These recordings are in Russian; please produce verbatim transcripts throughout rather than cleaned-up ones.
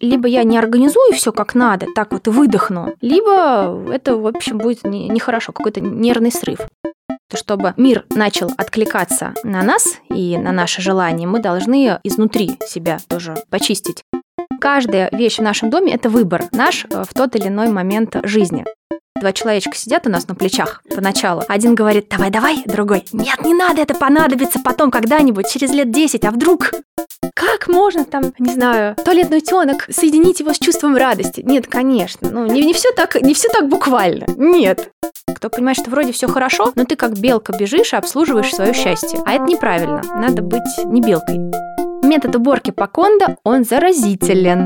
либо я не организую все как надо, так вот и выдохну, либо это, в общем, будет нехорошо, какой-то нервный срыв. Чтобы мир начал откликаться на нас и на наши желания, мы должны изнутри себя тоже почистить. Каждая вещь в нашем доме – это выбор наш в тот или иной момент жизни. Два человечка сидят у нас на плечах поначалу. Один говорит «давай-давай», другой «нет, не надо, это понадобится потом когда-нибудь, через лет десять, а вдруг?» Как можно там, не знаю, туалетный утенок соединить его с чувством радости? Нет, конечно, ну не, не все так, не все так буквально, нет. Кто понимает, что вроде все хорошо, но ты как белка бежишь и обслуживаешь свое счастье. А это неправильно, надо быть не белкой. Метод уборки по Кондо, он заразителен.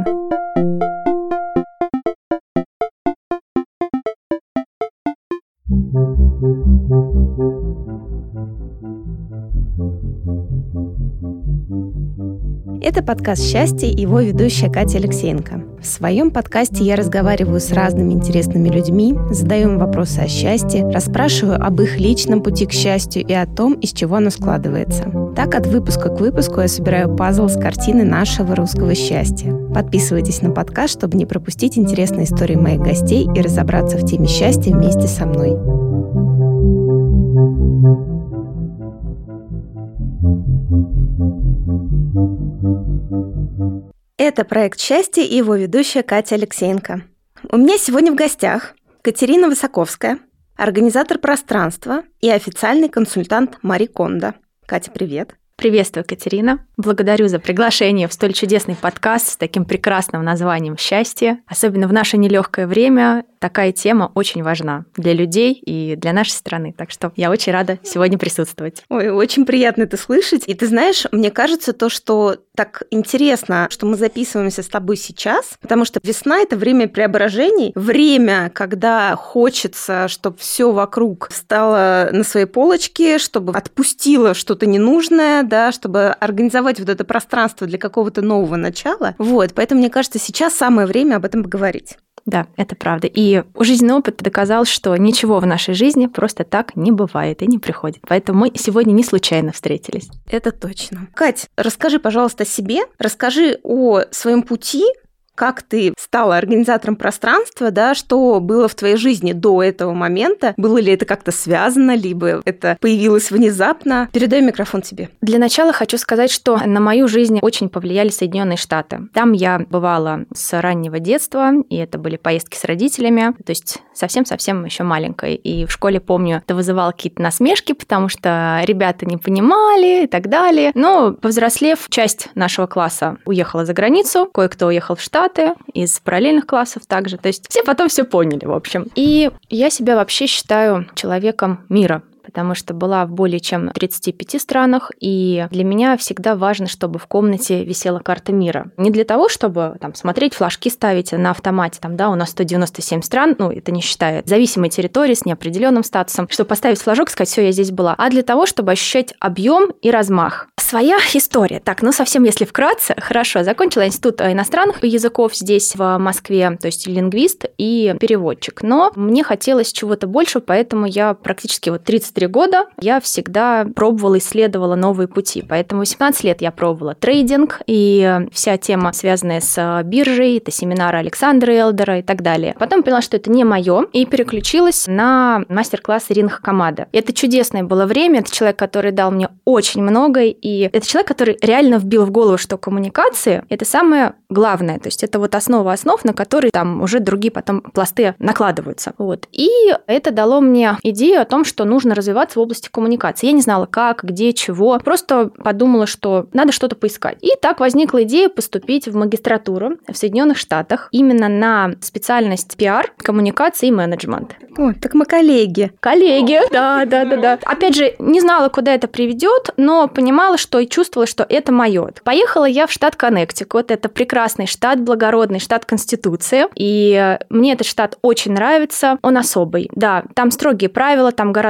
Это подкаст «Счастье» и его ведущая Катя Алексеенко. В своем подкасте я разговариваю с разными интересными людьми, задаю им вопросы о счастье, расспрашиваю об их личном пути к счастью и о том, из чего оно складывается. Так, от выпуска к выпуску я собираю пазл с картины нашего русского счастья. Подписывайтесь на подкаст, чтобы не пропустить интересные истории моих гостей и разобраться в теме счастья вместе со мной. Это проект «Счастье» и его ведущая Катя Алексеенко. У меня сегодня в гостях Катерина Высоковская, организатор пространства и официальный консультант Мари Кондо. Катя, привет. Приветствую, Катерина. Благодарю за приглашение в столь чудесный подкаст с таким прекрасным названием «Счастье». Особенно в наше нелегкое время такая тема очень важна для людей и для нашей страны. Так что я очень рада сегодня присутствовать. Ой, очень приятно это слышать. И ты знаешь, мне кажется, то, что так интересно, что мы записываемся с тобой сейчас, потому что весна – это время преображений, время, когда хочется, чтобы все вокруг стало на своей полочке, чтобы отпустило что-то ненужное, да, чтобы организовать вот это пространство для какого-то нового начала. Вот, поэтому, мне кажется, сейчас самое время об этом поговорить. Да, это правда. И жизненный опыт доказал, что ничего в нашей жизни просто так не бывает и не приходит. Поэтому мы сегодня не случайно встретились. Это точно. Кать, расскажи, пожалуйста, о себе, расскажи о своем пути, как ты стала организатором пространства, да, что было в твоей жизни до этого момента, было ли это как-то связано, либо это появилось внезапно. Передаю микрофон тебе. Для начала хочу сказать, что на мою жизнь очень повлияли Соединенные Штаты. Там я бывала с раннего детства, и это были поездки с родителями, то есть совсем-совсем еще маленькой. И в школе, помню, это вызывало какие-то насмешки, потому что ребята не понимали и так далее. Но, повзрослев, часть нашего класса уехала за границу, кое-кто уехал в Штаты, из параллельных классов также. То есть все потом все поняли, в общем. И я себя вообще считаю человеком мира, потому что была в более чем тридцати пяти странах, и для меня всегда важно, чтобы в комнате висела карта мира. Не для того, чтобы там смотреть, флажки ставить на автомате, там, да, у нас сто девяносто семь стран, ну, это не считая зависимой территории с неопределенным статусом, чтобы поставить флажок, сказать, все, я здесь была, а для того, чтобы ощущать объем и размах. Своя история. Так, ну, совсем если вкратце, хорошо, закончила институт иностранных языков здесь, в Москве, то есть лингвист и переводчик, но мне хотелось чего-то большего, поэтому я практически вот тридцать три года я всегда пробовала, исследовала новые пути. Поэтому восемнадцать лет я пробовала трейдинг, и вся тема, связанная с биржей, это семинары Александра Элдера и так далее. Потом поняла, что это не мое, и переключилась на мастер-класс Ирины Хакамада. Это чудесное было время, это человек, который дал мне очень много, и это человек, который реально вбил в голову, что коммуникации – это самое главное, то есть это вот основа основ, на которые там уже другие потом пласты накладываются. Вот. И это дало мне идею о том, что нужно развиваться в области коммуникации. Я не знала, как, где, чего. Просто подумала, что надо что-то поискать. И так возникла идея поступить в магистратуру в Соединенных Штатах именно на специальность пиар, коммуникации и менеджмент. О, так мы коллеги. Коллеги, да, да, да, да. Опять же, не знала, куда это приведет, но понимала, что и чувствовала, что это мое. Поехала я в штат Коннектикут. Это прекрасный штат, благородный штат Конституции. И мне этот штат очень нравится. Он особый. Да, там строгие правила, там гораздо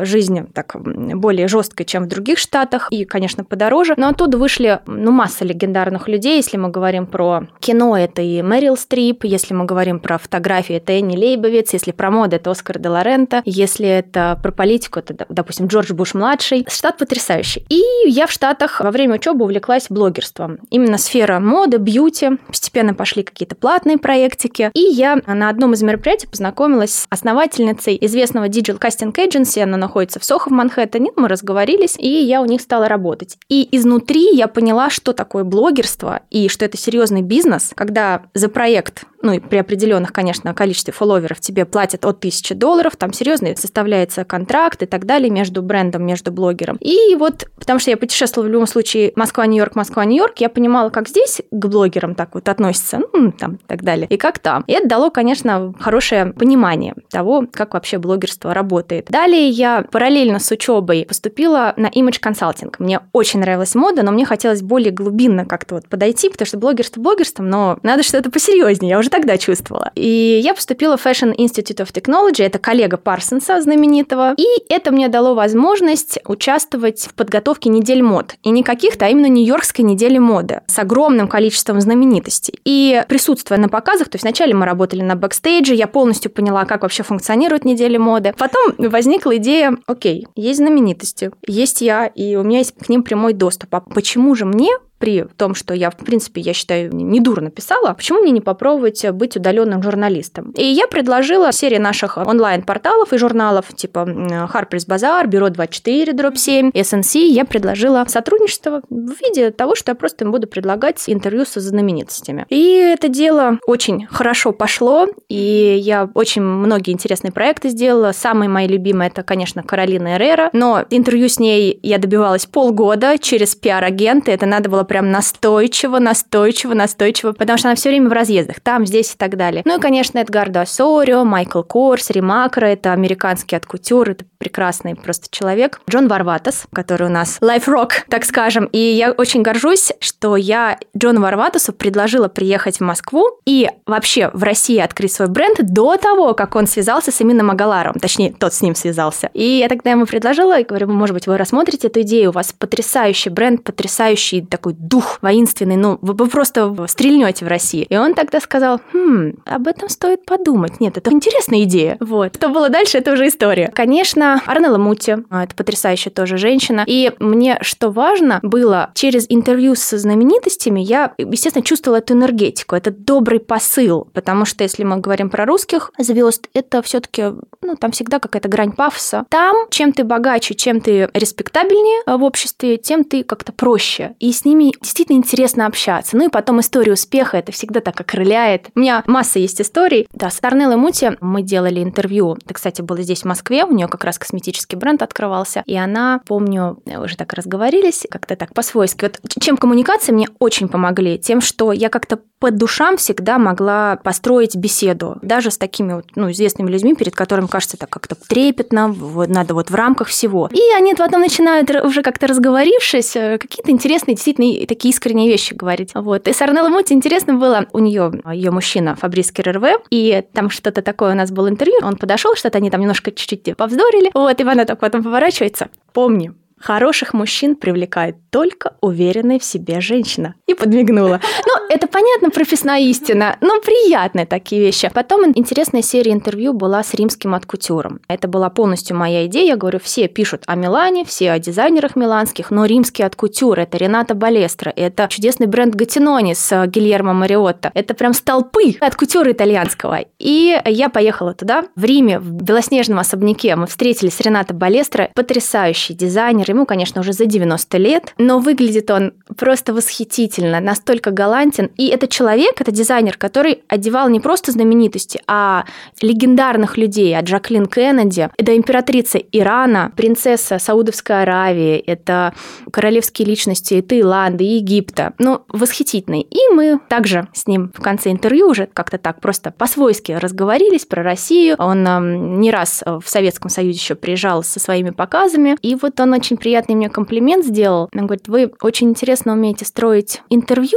жизнь так более жесткой, чем в других штатах, и, конечно, подороже. Но оттуда вышли, ну, масса легендарных людей. Если мы говорим про кино, это и Мэрил Стрип, если мы говорим про фотографии, это Энни Лейбовиц, если про моду, это Оскар де ла Рента, если это про политику, это, допустим, Джордж Буш-младший. Штат потрясающий. И я в Штатах во время учебы увлеклась блогерством. Именно сфера моды, бьюти. Постепенно пошли какие-то платные проектики. И я на одном из мероприятий познакомилась с основательницей известного Digital Casting Agency. Она находится в Сохо в Манхэттене. Мы разговорились, и я у них стала работать. И изнутри я поняла, что такое блогерство, и что это серьезный бизнес, когда за проект, ну и при определенных, конечно, количестве фолловеров тебе платят от тысячи долларов, там серьезный составляется контракт и так далее между брендом, между блогером. И вот, потому что я путешествовала в любом случае Москва-Нью-Йорк, Москва-Нью-Йорк, я понимала, как здесь к блогерам так вот относятся, ну, там, и так далее, и как там. И это дало, конечно, хорошее понимание того, как вообще блогерство работает. Далее я параллельно с учебой поступила на имидж консалтинг. Мне очень нравилась мода, но мне хотелось более глубинно как-то вот подойти, потому что блогерство блогерством, но надо что-то посерьезнее, я уже тогда чувствовала. И я поступила в Fashion Institute of Technology, это коллега Парсонса знаменитого, и это мне дало возможность участвовать в подготовке недель мод. И не каких-то, а именно Нью-Йоркской недели моды с огромным количеством знаменитостей. И присутствуя на показах, то есть вначале мы работали на бэкстейдже, я полностью поняла, как вообще функционирует неделя моды. Потом возникла идея, окей, есть знаменитости, есть я, и у меня есть к ним прямой доступ. А почему же мне при том, что я, в принципе, я считаю, недурно писала, почему мне не попробовать быть удаленным журналистом? И я предложила серии наших онлайн-порталов и журналов, типа Harper's Bazaar, Бюро двадцать четыре, дробь семь, эс эн си, я предложила сотрудничество в виде того, что я просто им буду предлагать интервью со знаменитостями. И это дело очень хорошо пошло, и я очень многие интересные проекты сделала. Самые мои любимые – это, конечно, Каролина Эррера, но интервью с ней я добивалась полгода через пиар-агента, это надо было прям настойчиво, настойчиво, настойчиво, потому что она все время в разъездах, там, здесь и так далее. Ну и, конечно, Эдгардо Осорио, Майкл Корс, Римакро, это американский от кутюр, это прекрасный просто человек. Джон Варватас, который у нас лайф-рок, так скажем, и я очень горжусь, что я Джону Варватасу предложила приехать в Москву и вообще в России открыть свой бренд до того, как он связался с Эмином Агаларом, точнее, тот с ним связался. И я тогда ему предложила, и говорю, может быть, вы рассмотрите эту идею, у вас потрясающий бренд, потрясающий такой дух воинственный, ну, вы, вы просто стрельнете в России. И он тогда сказал, хм, об этом стоит подумать. Нет, это интересная идея. Вот. Что было дальше, это уже история. Конечно, Орнелла Мути, это потрясающая тоже женщина. И мне, что важно было, через интервью со знаменитостями я, естественно, чувствовала эту энергетику, этот добрый посыл, потому что, если мы говорим про русских звезд, это все-таки, ну, там всегда какая-то грань пафоса. Там, чем ты богаче, чем ты респектабельнее в обществе, тем ты как-то проще. И с ними действительно интересно общаться. Ну и потом история успеха, это всегда так окрыляет. У меня масса есть историй. Да, с Орнеллой Мути мы делали интервью. Это, кстати, было здесь, в Москве. У нее как раз косметический бренд открывался. И она, помню, уже так разговорились, как-то так по-свойски. Вот чем коммуникации мне очень помогли? Тем, что я как-то по душам всегда могла построить беседу. Даже с такими вот, ну, известными людьми, перед которыми кажется так как-то трепетно, вот, надо вот в рамках всего. И они потом начинают, уже как-то разговорившись, какие-то интересные, действительно, такие искренние вещи говорить. Вот. И с Орнеллой Мути интересно было, у нее ее мужчина Фабрис Керерве, и там что-то такое у нас было интервью, он подошел, что-то они там немножко чуть-чуть повздорили, вот, и она так потом поворачивается. Помни, хороших мужчин привлекает только уверенная в себе женщина. И подмигнула. Ну, это понятно, прописная истина, но приятные такие вещи. Потом интересная серия интервью была с римским откутюром. Это была полностью моя идея. Я говорю, все пишут о Милане, все о дизайнерах миланских, но римский откутюр – это Рената Балестро, это чудесный бренд Гаттинони с Гильермо Мариотто. Это прям столпы откутюра итальянского. И я поехала туда. В Риме, в белоснежном особняке мы встретились с Ренато Балестро, потрясающий дизайнер. Ему, конечно, уже за девяносто лет, но выглядит он просто восхитительно, настолько галантен. И это человек, это дизайнер, который одевал не просто знаменитости, а легендарных людей, от Жаклин Кеннеди до императрицы Ирана, принцесса Саудовской Аравии, это королевские личности и Таиланда, и Египта. Ну, восхитительный. И мы также с ним в конце интервью уже как-то так просто по-свойски разговорились про Россию. Он эм, не раз в Советском Союзе еще приезжал со своими показами, и вот он очень приятный мне комплимент сделал. Он говорит, вы очень интересно умеете строить интервью,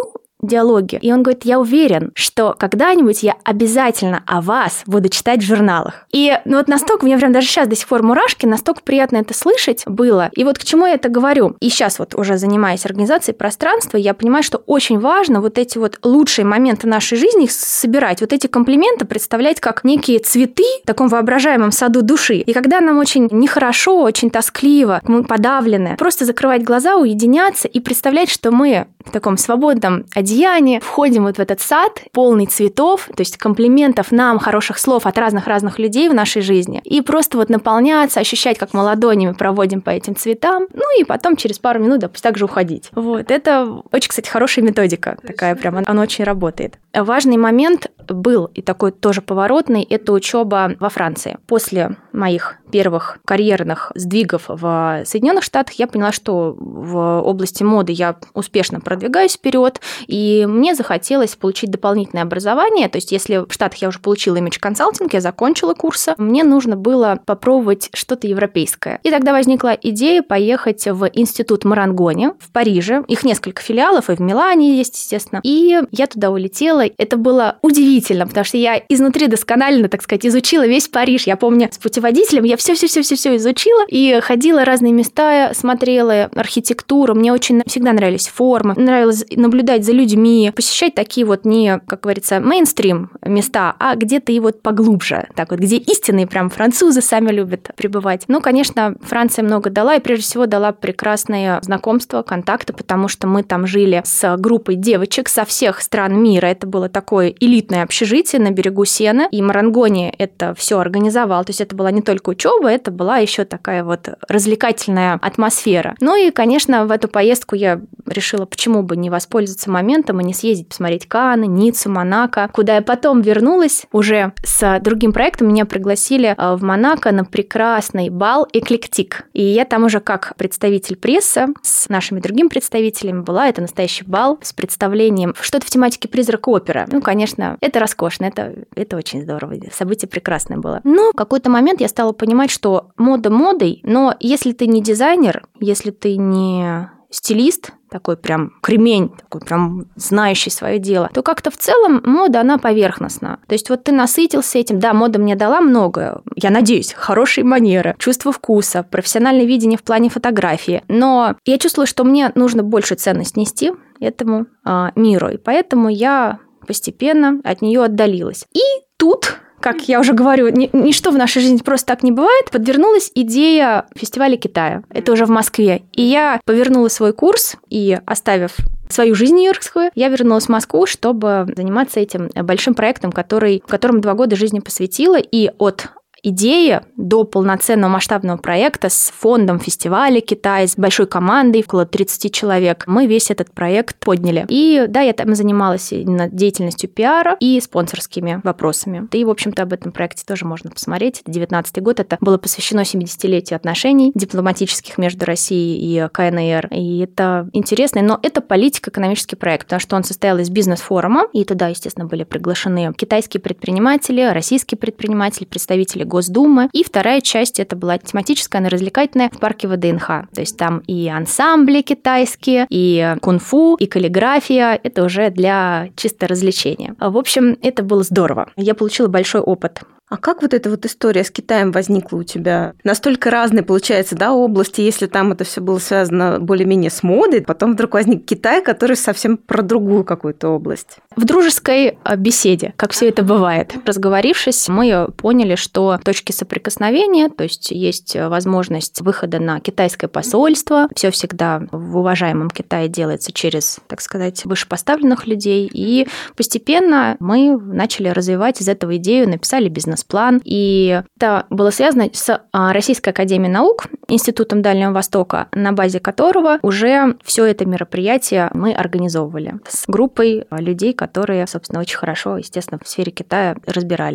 диалоги. И он говорит, я уверен, что когда-нибудь я обязательно о вас буду читать в журналах. И ну вот настолько, мне прям даже сейчас до сих пор мурашки, настолько приятно это слышать было. И вот к чему я это говорю. И сейчас вот уже занимаясь организацией пространства, я понимаю, что очень важно вот эти вот лучшие моменты нашей жизни их собирать, вот эти комплименты представлять как некие цветы в таком воображаемом саду души. И когда нам очень нехорошо, очень тоскливо, мы подавлены, просто закрывать глаза, уединяться и представлять, что мы в таком свободном одеянии входим вот в этот сад, полный цветов, то есть комплиментов нам, хороших слов от разных-разных людей в нашей жизни, и просто вот наполняться, ощущать, как мы ладонями проводим по этим цветам, ну и потом через пару минут, допустим, также уходить. Вот, это очень, кстати, хорошая методика такая прям, она очень работает. Важный момент был, и такой тоже поворотный, это учеба во Франции. После моих первых карьерных сдвигов в Соединенных Штатах я поняла, что в области моды я успешно продвигаюсь вперед, и мне захотелось получить дополнительное образование. То есть, если в Штатах я уже получила имидж-консалтинг, я закончила курсы, мне нужно было попробовать что-то европейское. И тогда возникла идея поехать в институт Марангони в Париже. Их несколько филиалов, и в Милане есть, естественно. И я туда улетела. Это было удивительно, потому что я изнутри досконально, так сказать, изучила весь Париж. Я помню, с путеводителем я все-все-все-все изучила и ходила в разные места, смотрела архитектуру. Мне очень всегда нравились формы, нравилось наблюдать за людьми, посещать такие вот не, как говорится, мейнстрим места, а где-то и вот поглубже, так вот, где истинные прям французы сами любят пребывать. Ну, конечно, Франция много дала, и прежде всего дала прекрасные знакомства, контакты, потому что мы там жили с группой девочек со всех стран мира. Это было такое элитное общежитие на берегу Сены, и Марангони это все организовал. То есть это была не только учеба, это была еще такая вот развлекательная атмосфера. Ну и, конечно, в эту поездку я решила, почему бы не воспользоваться моментом и не съездить посмотреть Канны, Ниццу, Монако, куда я потом вернулась уже с другим проектом. Меня пригласили в Монако на прекрасный бал «Эклектик». И я там уже как представитель прессы с нашими другими представителями была. Это настоящий бал с представлением что-то в тематике призрака оперы. Ну, конечно, это роскошно, это, это очень здорово. Событие прекрасное было. Но в какой-то момент я стала понимать, что мода модой, но если ты не дизайнер, если ты не стилист, такой прям кремень, такой прям знающий свое дело, то как-то в целом мода, она поверхностна. То есть вот ты насытился этим, да, мода мне дала многое, я надеюсь, хорошие манеры, чувство вкуса, профессиональное видение в плане фотографии, но я чувствовала, что мне нужно больше ценность нести этому э, миру, и поэтому я постепенно от нее отдалилась. И тут... Как я уже говорю, ни, ничто в нашей жизни просто так не бывает. Подвернулась идея фестиваля Китая. Это уже в Москве. И я повернула свой курс и, оставив свою жизнь нью-йоркскую, я вернулась в Москву, чтобы заниматься этим большим проектом, который, которому два года жизни посвятила. И от идея до полноценного масштабного проекта с фондом фестиваля Китая, с большой командой, около тридцать человек. Мы весь этот проект подняли. И да, я там занималась именно деятельностью пиара и спонсорскими вопросами. И, в общем-то, об этом проекте тоже можно посмотреть. Это девятнадцатый год, это было посвящено семидесятилетию отношений дипломатических между Россией и ка эн эр. И это интересно, но это политико-экономический проект, потому что он состоял из бизнес-форума, и туда, естественно, были приглашены китайские предприниматели, российские предприниматели, представители Госдумы. И вторая часть это была тематическая, она развлекательная в парке вэ дэ эн ха. То есть там и ансамбли китайские, и кунг-фу, и каллиграфия. Это уже для чисто развлечения. В общем, это было здорово. Я получила большой опыт. А как вот эта вот история с Китаем возникла у тебя? Настолько разные, получается, да, области, если там это все было связано более-менее с модой, потом вдруг возник Китай, который совсем про другую какую-то область. В дружеской беседе, как все это бывает, разговорившись, мы поняли, что точки соприкосновения, то есть есть возможность выхода на китайское посольство, все всегда в уважаемом Китае делается через, так сказать, вышепоставленных людей, и постепенно мы начали развивать из этого идею, написали бизнес план, и это было связано с Российской академией наук, Институтом Дальнего Востока, на базе которого уже все это мероприятие мы организовывали с группой людей, которые, собственно, очень хорошо, естественно, в сфере Китая разбирались.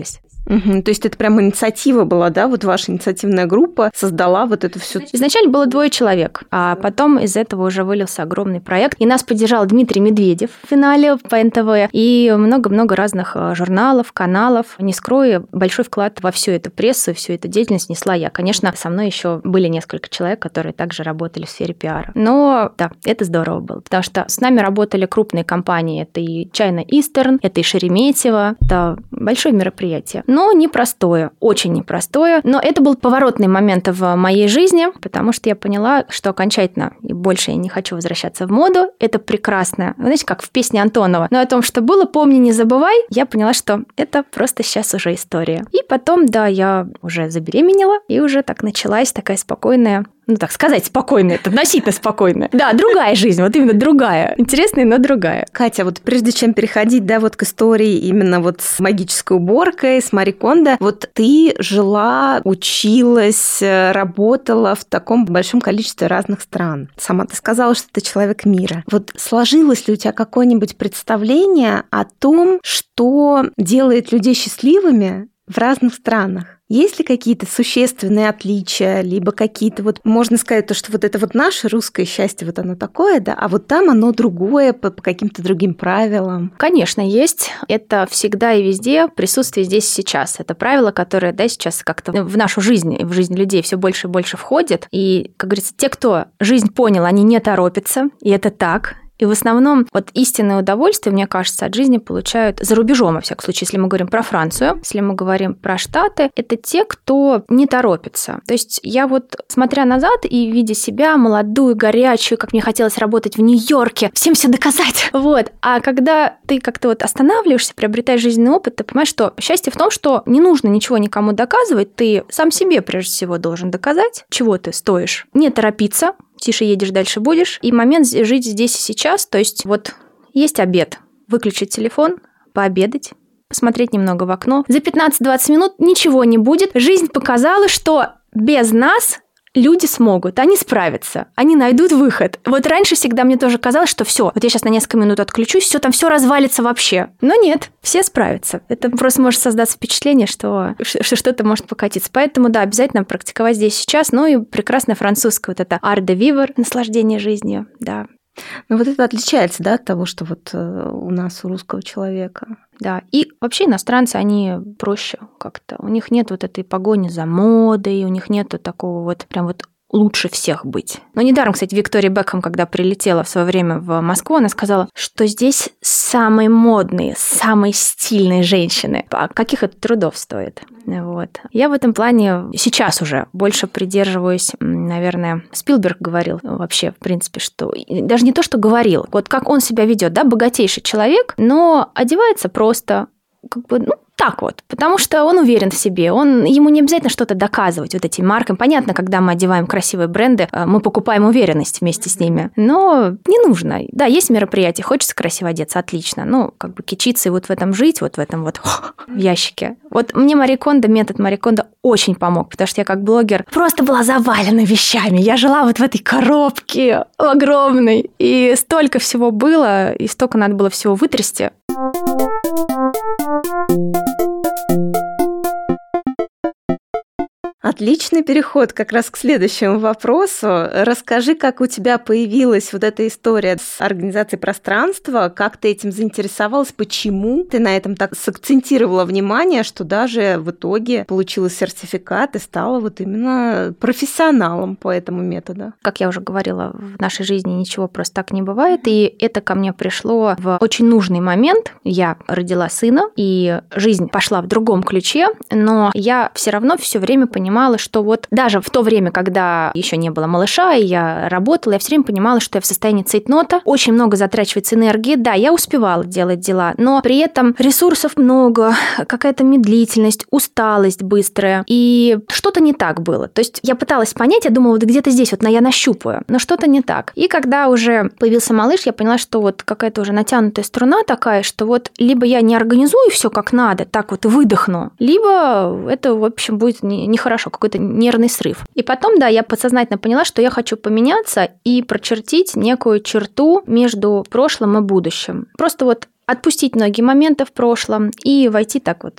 Угу, то есть это прям инициатива была, да? Вот ваша инициативная группа создала вот эту всю... Изначально было двое человек, а потом из этого уже вылился огромный проект. И нас поддержал Дмитрий Медведев в финале по эн тэ вэ. И много-много разных журналов, каналов. Не скрою, большой вклад во всю эту прессу, всю эту деятельность несла я. Конечно, со мной еще были несколько человек, которые также работали в сфере пиара. Но да, это здорово было, потому что с нами работали крупные компании. Это и China Eastern, это и Шереметьево. Это большое мероприятие. Но непростое, очень непростое. Но это был поворотный момент в моей жизни, потому что я поняла, что окончательно и больше я не хочу возвращаться в моду. Это прекрасно. Вы знаете, как в песне Антонова. Но о том, что было, помни, не забывай. Я поняла, что это просто сейчас уже история. И потом, да, я уже забеременела, и уже так началась такая спокойная, ну, так сказать, спокойная, это относительно спокойная. Да, другая жизнь, вот именно другая. Интересная, но другая. Катя, вот прежде чем переходить, да, вот к истории именно вот с магической уборкой, с Мари Кондо, вот ты жила, училась, работала в таком большом количестве разных стран. Сама ты сказала, что ты человек мира. Вот сложилось ли у тебя какое-нибудь представление о том, что делает людей счастливыми в разных странах? Есть ли какие-то существенные отличия, либо какие-то вот, можно сказать, то, что вот это вот наше русское счастье, вот оно такое, да, а вот там оно другое по, по каким-то другим правилам? Конечно, есть. Это всегда и везде присутствие здесь и сейчас. Это правило, которое, да, сейчас как-то в нашу жизнь, в жизнь людей все больше и больше входит. И, как говорится, те, кто жизнь понял, они не торопятся, и это так. И в основном вот истинное удовольствие, мне кажется, от жизни получают за рубежом, во всяком случае, если мы говорим про Францию, если мы говорим про Штаты, это те, кто не торопится. То есть я вот, смотря назад и видя себя молодую, горячую, как мне хотелось работать в Нью-Йорке, всем все доказать. Вот. А когда ты как-то вот останавливаешься, приобретаешь жизненный опыт, ты понимаешь, что счастье в том, что не нужно ничего никому доказывать, ты сам себе прежде всего должен доказать, чего ты стоишь. Не торопиться, тише едешь, дальше будешь. И момент жить здесь и сейчас, то есть вот есть обед, выключить телефон, пообедать, посмотреть немного в окно. За пятнадцать-двадцать минут ничего не будет. Жизнь показала, что без нас люди смогут, они справятся, они найдут выход. Вот раньше всегда мне тоже казалось, что все, вот я сейчас на несколько минут отключусь, все там все развалится вообще. Но нет, все справятся. Это просто может создаться впечатление, что, что что-то может покатиться. Поэтому, да, обязательно практиковать здесь сейчас. Ну и прекрасное французское вот это art de vivre, наслаждение жизнью, да. Ну вот это отличается, да, от того, что вот у нас, у русского человека. Да, и вообще иностранцы, они проще как-то. У них нет вот этой погони за модой, у них нет такого вот прям вот лучше всех быть. Но недаром, кстати, Виктория Бекхэм, когда прилетела в свое время в Москву, она сказала, что здесь самые модные, самые стильные женщины. А каких это трудов стоит? Вот. Я в этом плане сейчас уже больше придерживаюсь, наверное, Спилберг говорил вообще, в принципе, что даже не то, что говорил, вот как он себя ведет, да, богатейший человек, но одевается просто, как бы, ну, так вот, потому что он уверен в себе, он, ему не обязательно что-то доказывать вот этим маркам. Понятно, когда мы одеваем красивые бренды, мы покупаем уверенность вместе с ними, но не нужно. Да, есть мероприятие, хочется красиво одеться, отлично, но как бы кичиться и вот в этом жить, вот в этом вот в ящике. Вот мне Мари Кондо, метод Мари Кондо очень помог, потому что я как блогер просто была завалена вещами. Я жила вот в этой коробке огромной, и столько всего было, и столько надо было всего вытрясти. Отличный переход как раз к следующему вопросу. Расскажи, как у тебя появилась вот эта история с организацией пространства, как ты этим заинтересовалась, почему ты на этом так сакцентировала внимание, что даже в итоге получила сертификат и стала вот именно профессионалом по этому методу. Как я уже говорила, в нашей жизни ничего просто так не бывает, и это ко мне пришло в очень нужный момент. Я родила сына, и жизнь пошла в другом ключе, но я все равно все время понимала, что вот даже в то время, когда еще не было малыша, и я работала, я все время понимала, что я в состоянии цейтнота, очень много затрачивается энергии. Да, я успевала делать дела, но при этом ресурсов много, какая-то медлительность, усталость быстрая, и что-то не так было. То есть я пыталась понять, я думала, вот где-то здесь вот я нащупаю, но что-то не так. И когда уже появился малыш, я поняла, что вот какая-то уже натянутая струна такая, что вот либо я не организую все как надо, так вот и выдохну, либо это, в общем, будет нехорошо, какой-то нервный срыв. И потом, да, я подсознательно поняла, что я хочу поменяться и прочертить некую черту между прошлым и будущим. Просто вот отпустить многие моменты в прошлом и войти так вот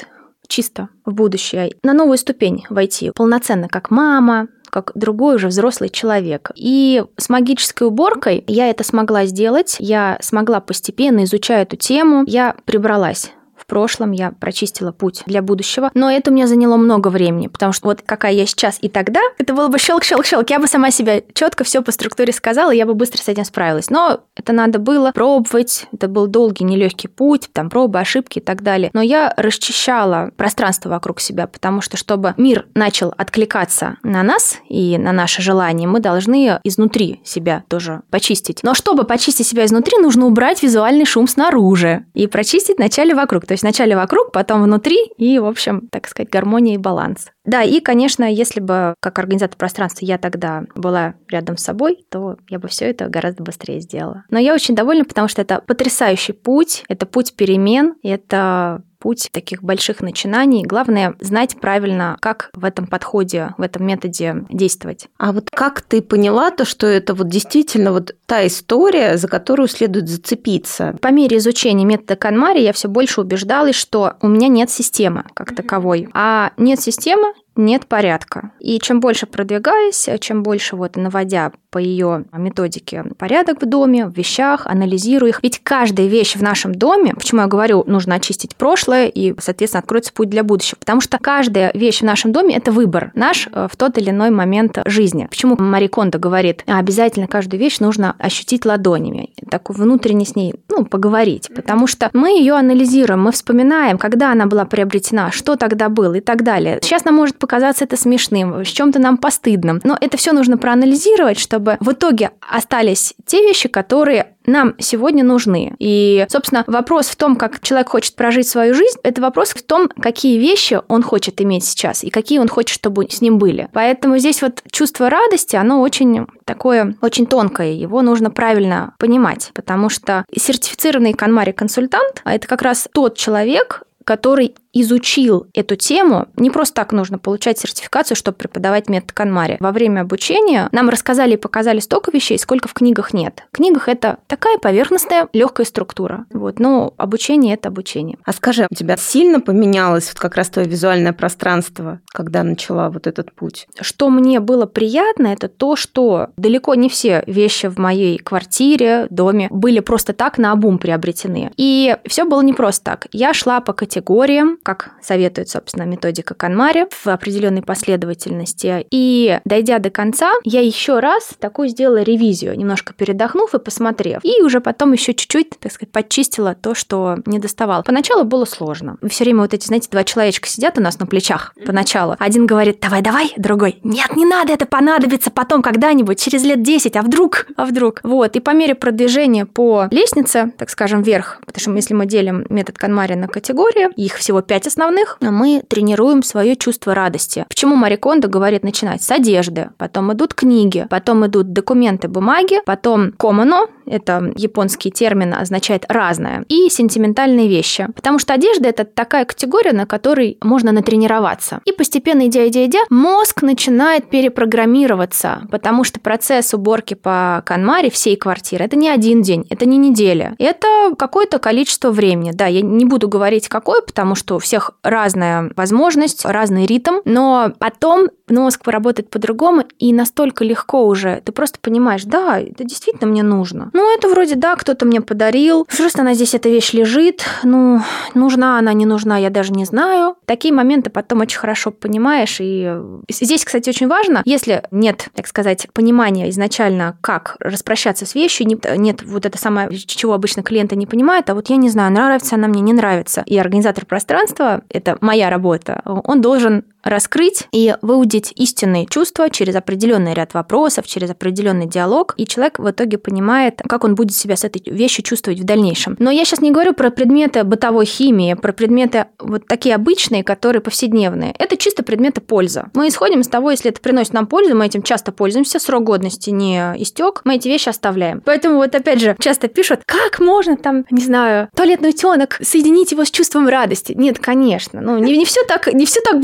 чисто в будущее, на новую ступень войти, полноценно как мама, как другой уже взрослый человек. И с магической уборкой я это смогла сделать, я смогла постепенно, изучая эту тему, я прибралась. В прошлом я прочистила путь для будущего, но это у меня заняло много времени, потому что вот какая я сейчас и тогда, это было бы щелк-щелк-щелк, я бы сама себя четко все по структуре сказала, и я бы быстро с этим справилась. Но это надо было пробовать, это был долгий, нелегкий путь, там пробы, ошибки и так далее. Но я расчищала пространство вокруг себя, потому что, чтобы мир начал откликаться на нас и на наши желания, мы должны изнутри себя тоже почистить. Но чтобы почистить себя изнутри, нужно убрать визуальный шум снаружи и прочистить вначале вокруг. То есть вначале вокруг, потом внутри, и, в общем, так сказать, гармония и баланс. Да, и, конечно, если бы как организатор пространства я тогда была рядом с собой, то я бы все это гораздо быстрее сделала. Но я очень довольна, потому что это потрясающий путь, это путь перемен, это путь таких больших начинаний. Главное знать правильно, как в этом подходе, в этом методе действовать. А вот как ты поняла то, что это вот действительно вот та история, за которую следует зацепиться? По мере изучения метода KonMari я все больше убеждалась, что у меня нет системы как таковой. А нет системы, нет порядка. И чем больше продвигаюсь, чем больше вот наводя по ее методике порядок в доме, в вещах, анализирую их. Ведь каждая вещь в нашем доме, почему я говорю, нужно очистить прошлое и, соответственно, откроется путь для будущего. Потому что каждая вещь в нашем доме – это выбор наш в тот или иной момент жизни. Почему Мари Кондо говорит, обязательно каждую вещь нужно ощутить ладонями, так внутренне с ней, ну, поговорить. Потому что мы ее анализируем, мы вспоминаем, когда она была приобретена, что тогда было и так далее. Сейчас нам может показаться это смешным, в чем-то нам постыдным. Но это все нужно проанализировать, чтобы в итоге остались те вещи, которые нам сегодня нужны. И, собственно, вопрос в том, как человек хочет прожить свою жизнь, это вопрос в том, какие вещи он хочет иметь сейчас и какие он хочет, чтобы с ним были. Поэтому здесь вот чувство радости, оно очень такое, очень тонкое, его нужно правильно понимать, потому что сертифицированный KonMari-консультант – это как раз тот человек, который изучил эту тему. Не просто так нужно получать сертификацию, чтобы преподавать метод KonMari. Во время обучения нам рассказали и показали столько вещей, сколько в книгах нет. В книгах это такая поверхностная, легкая структура. Вот. Но обучение – это обучение. А скажи, у тебя сильно поменялось вот как раз твое визуальное пространство, когда начала вот этот путь? Что мне было приятно, это то, что далеко не все вещи в моей квартире, доме были просто так наобум приобретены. И все было не просто так. Я шла по категориям, как советует, собственно, методика KonMari, в определенной последовательности. И, дойдя до конца, я еще раз такую сделала ревизию, немножко передохнув и посмотрев. И уже потом еще чуть-чуть, так сказать, подчистила то, что не доставало. Поначалу было сложно. Все время вот эти, знаете, два человечка сидят у нас на плечах поначалу. Один говорит, давай-давай, другой, нет, не надо, это понадобится потом когда-нибудь, через лет десять, а вдруг, а вдруг. Вот, и по мере продвижения по лестнице, так скажем, вверх, потому что если мы делим метод KonMari на категории, их всего пять основных, мы тренируем свое чувство радости. Почему Мари Кондо говорит начинать с одежды, потом идут книги, потом идут документы, бумаги, потом комоно, это японский термин, означает разное, и сентиментальные вещи. Потому что одежда – это такая категория, на которой можно натренироваться. И постепенно, идя, идя, идя, мозг начинает перепрограммироваться, потому что процесс уборки по KonMari всей квартиры – это не один день, это не неделя, это какое-то количество времени. Да, я не буду говорить, какое, потому что у всех разная возможность, разный ритм, но потом мозг поработает по-другому, и настолько легко уже, ты просто понимаешь, да, это действительно мне нужно. Ну, это вроде, да, кто-то мне подарил, просто она здесь, эта вещь лежит, ну, нужна она, не нужна, я даже не знаю. Такие моменты потом очень хорошо понимаешь, и здесь, кстати, очень важно, если нет, так сказать, понимания изначально, как распрощаться с вещью, нет вот это самое, чего обычно клиенты не понимают, а вот я не знаю, нравится она мне, не нравится. И организатор пространства, это моя работа, он должен раскрыть и выудить истинные чувства через определенный ряд вопросов, через определенный диалог, и человек в итоге понимает, как он будет себя с этой вещью чувствовать в дальнейшем. Но я сейчас не говорю про предметы бытовой химии, про предметы вот такие обычные, которые повседневные. Это чисто предметы пользы. Мы исходим из того, если это приносит нам пользу, мы этим часто пользуемся, срок годности не истек, мы эти вещи оставляем. Поэтому вот опять же часто пишут, как можно там, не знаю, туалетный утенок соединить его с чувством радости. Нет, конечно, ну не, не все так, не все так буквально.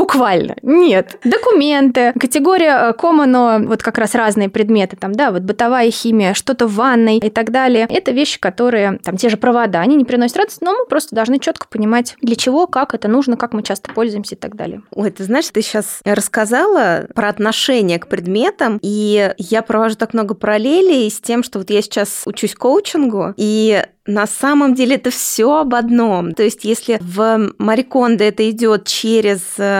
специально. Нет. Документы, категория common, вот как раз разные предметы, там, да, вот бытовая химия, что-то в ванной и так далее. Это вещи, которые, там, те же провода, они не приносят радость, но мы просто должны четко понимать, для чего, как это нужно, как мы часто пользуемся и так далее. Ой, ты знаешь, ты сейчас рассказала про отношение к предметам, и я провожу так много параллелей с тем, что вот я сейчас учусь коучингу, и на самом деле это все об одном. То есть, если в Мари Кондо это идет через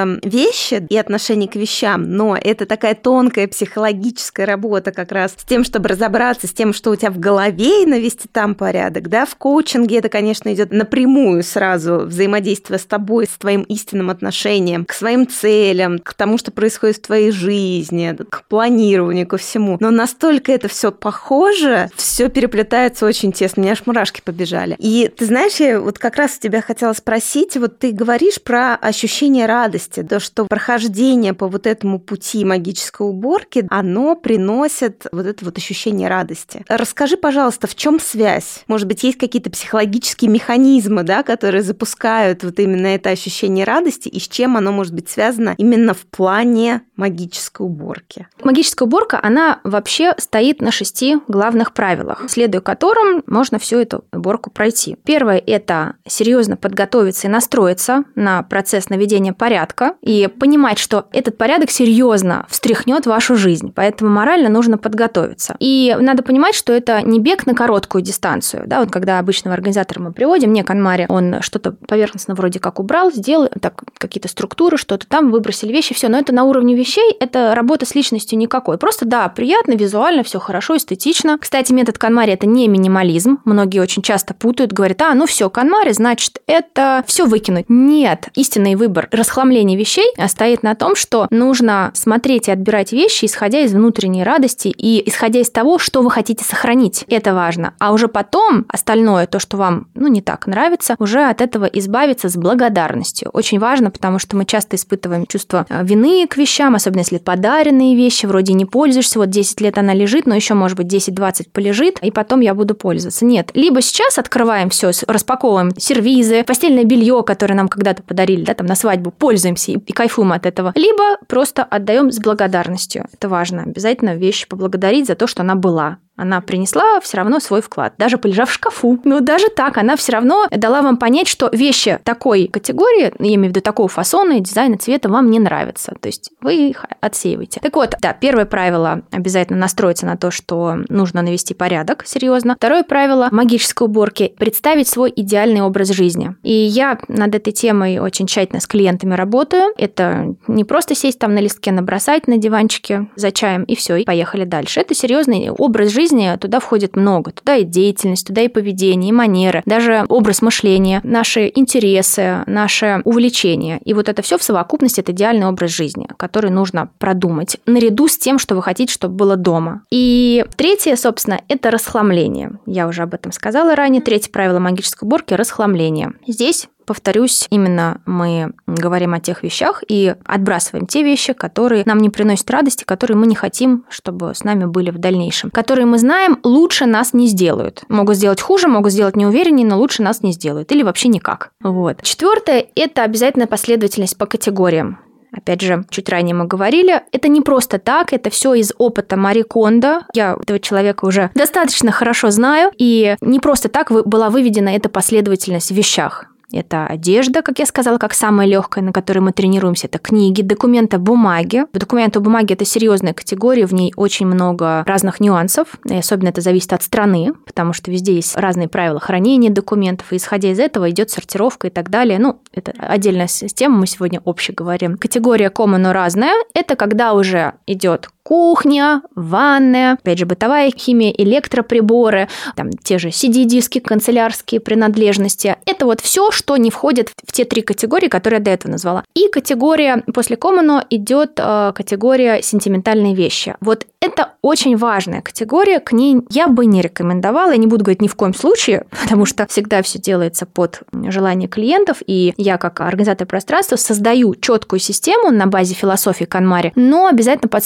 вещи и отношение к вещам, но это такая тонкая психологическая работа как раз с тем, чтобы разобраться с тем, что у тебя в голове, и навести там порядок, да, в коучинге это, конечно, идет напрямую сразу взаимодействие с тобой, с твоим истинным отношением, к своим целям, к тому, что происходит в твоей жизни, к планированию, ко всему. Но настолько это все похоже, все переплетается очень тесно. У меня аж мурашки побежали. И ты знаешь, я вот как раз тебя хотела спросить, вот ты говоришь про ощущение радости, то, что прохождение по вот этому пути магической уборки, оно приносит вот это вот ощущение радости. Расскажи, пожалуйста, в чем связь? Может быть, есть какие-то психологические механизмы, да, которые запускают вот именно это ощущение радости, и с чем оно может быть связано именно в плане магической уборки? Магическая уборка, она вообще стоит на шести главных правилах, следуя которым можно всю эту уборку пройти. Первое – это серьезно подготовиться и настроиться на процесс наведения порядка и понимать, что этот порядок серьезно встряхнет вашу жизнь, поэтому морально нужно подготовиться. И надо понимать, что это не бег на короткую дистанцию. Да, вот когда обычного организатора мы приводим, не KonMari, он что-то поверхностно вроде как убрал, сделал так, какие-то структуры, что-то там, выбросили вещи, все, но это на уровне вещей, это работа с личностью никакой. Просто, да, приятно, визуально, все хорошо, эстетично. Кстати, метод KonMari – это не минимализм. Многие очень часто путают, говорят, а, ну все, KonMari, значит, это все выкинуть. Нет, истинный выбор расхламления вещей стоит на том, что нужно смотреть и отбирать вещи, исходя из внутренней радости и исходя из того, что вы хотите сохранить. Это важно. А уже потом остальное, то, что вам, ну, не так нравится, уже от этого избавиться с благодарностью. Очень важно, потому что мы часто испытываем чувство вины к вещам, особенно если подаренные вещи, вроде не пользуешься, вот десять лет она лежит, но еще, может быть, десять-двадцать полежит, и потом я буду пользоваться. Нет. Либо сейчас открываем все, распаковываем сервизы, постельное белье, которое нам когда-то подарили, да, там на свадьбу, пользуемся и, и кайфуем от этого. Либо просто отдаем с благодарностью. Это важно. Обязательно вещь поблагодарить за то, что она была. Она принесла все равно свой вклад, даже полежав в шкафу. Но даже так она все равно дала вам понять, что вещи такой категории, я имею в виду такого фасона, дизайна, цвета, вам не нравятся. То есть вы их отсеиваете. Так вот, да, первое правило – обязательно настроиться на то, что нужно навести порядок, серьезно. Второе правило магической уборки – представить свой идеальный образ жизни. И я над этой темой очень тщательно с клиентами работаю. Это не просто сесть там на листке, набросать на диванчике за чаем и все, и поехали дальше. Это серьезный образ жизни. Туда входит много. Туда и деятельность, туда и поведение, и манеры, даже образ мышления, наши интересы, наши увлечения. И вот это все в совокупности – это идеальный образ жизни, который нужно продумать наряду с тем, что вы хотите, чтобы было дома. И третье, собственно, это расхламление. Я уже об этом сказала ранее. Третье правило магической уборки – расхламление. Здесь, повторюсь, именно мы говорим о тех вещах и отбрасываем те вещи, которые нам не приносят радости, которые мы не хотим, чтобы с нами были в дальнейшем, которые мы знаем, лучше нас не сделают. Могут сделать хуже, могут сделать неувереннее, но лучше нас не сделают. Или вообще никак. Вот. Четвертое – это обязательно последовательность по категориям. Опять же, чуть ранее мы говорили, это не просто так, это все из опыта Мари Кондо. Я этого человека уже достаточно хорошо знаю, и не просто так была выведена эта последовательность в вещах. Это одежда, как я сказала, как самая легкая, на которой мы тренируемся. Это книги, документы, бумаги. Документы, бумаги – это серьезная категория, в ней очень много разных нюансов. И особенно это зависит от страны, потому что везде есть разные правила хранения документов, и исходя из этого идет сортировка и так далее. Ну, это отдельная система, мы сегодня обще говорим. Категория common, но разная – это когда уже идет кухня, ванная, опять же, бытовая химия, электроприборы, там те же си ди-диски, канцелярские принадлежности. Это вот все, что не входит в те три категории, которые я до этого назвала. И категория после common идет э, категория сентиментальные вещи. Вот это очень важная категория, к ней я бы не рекомендовала, я не буду говорить ни в коем случае, потому что всегда все делается под желание клиентов, и я как организатор пространства создаю четкую систему на базе философии KonMari, но обязательно подстроенную под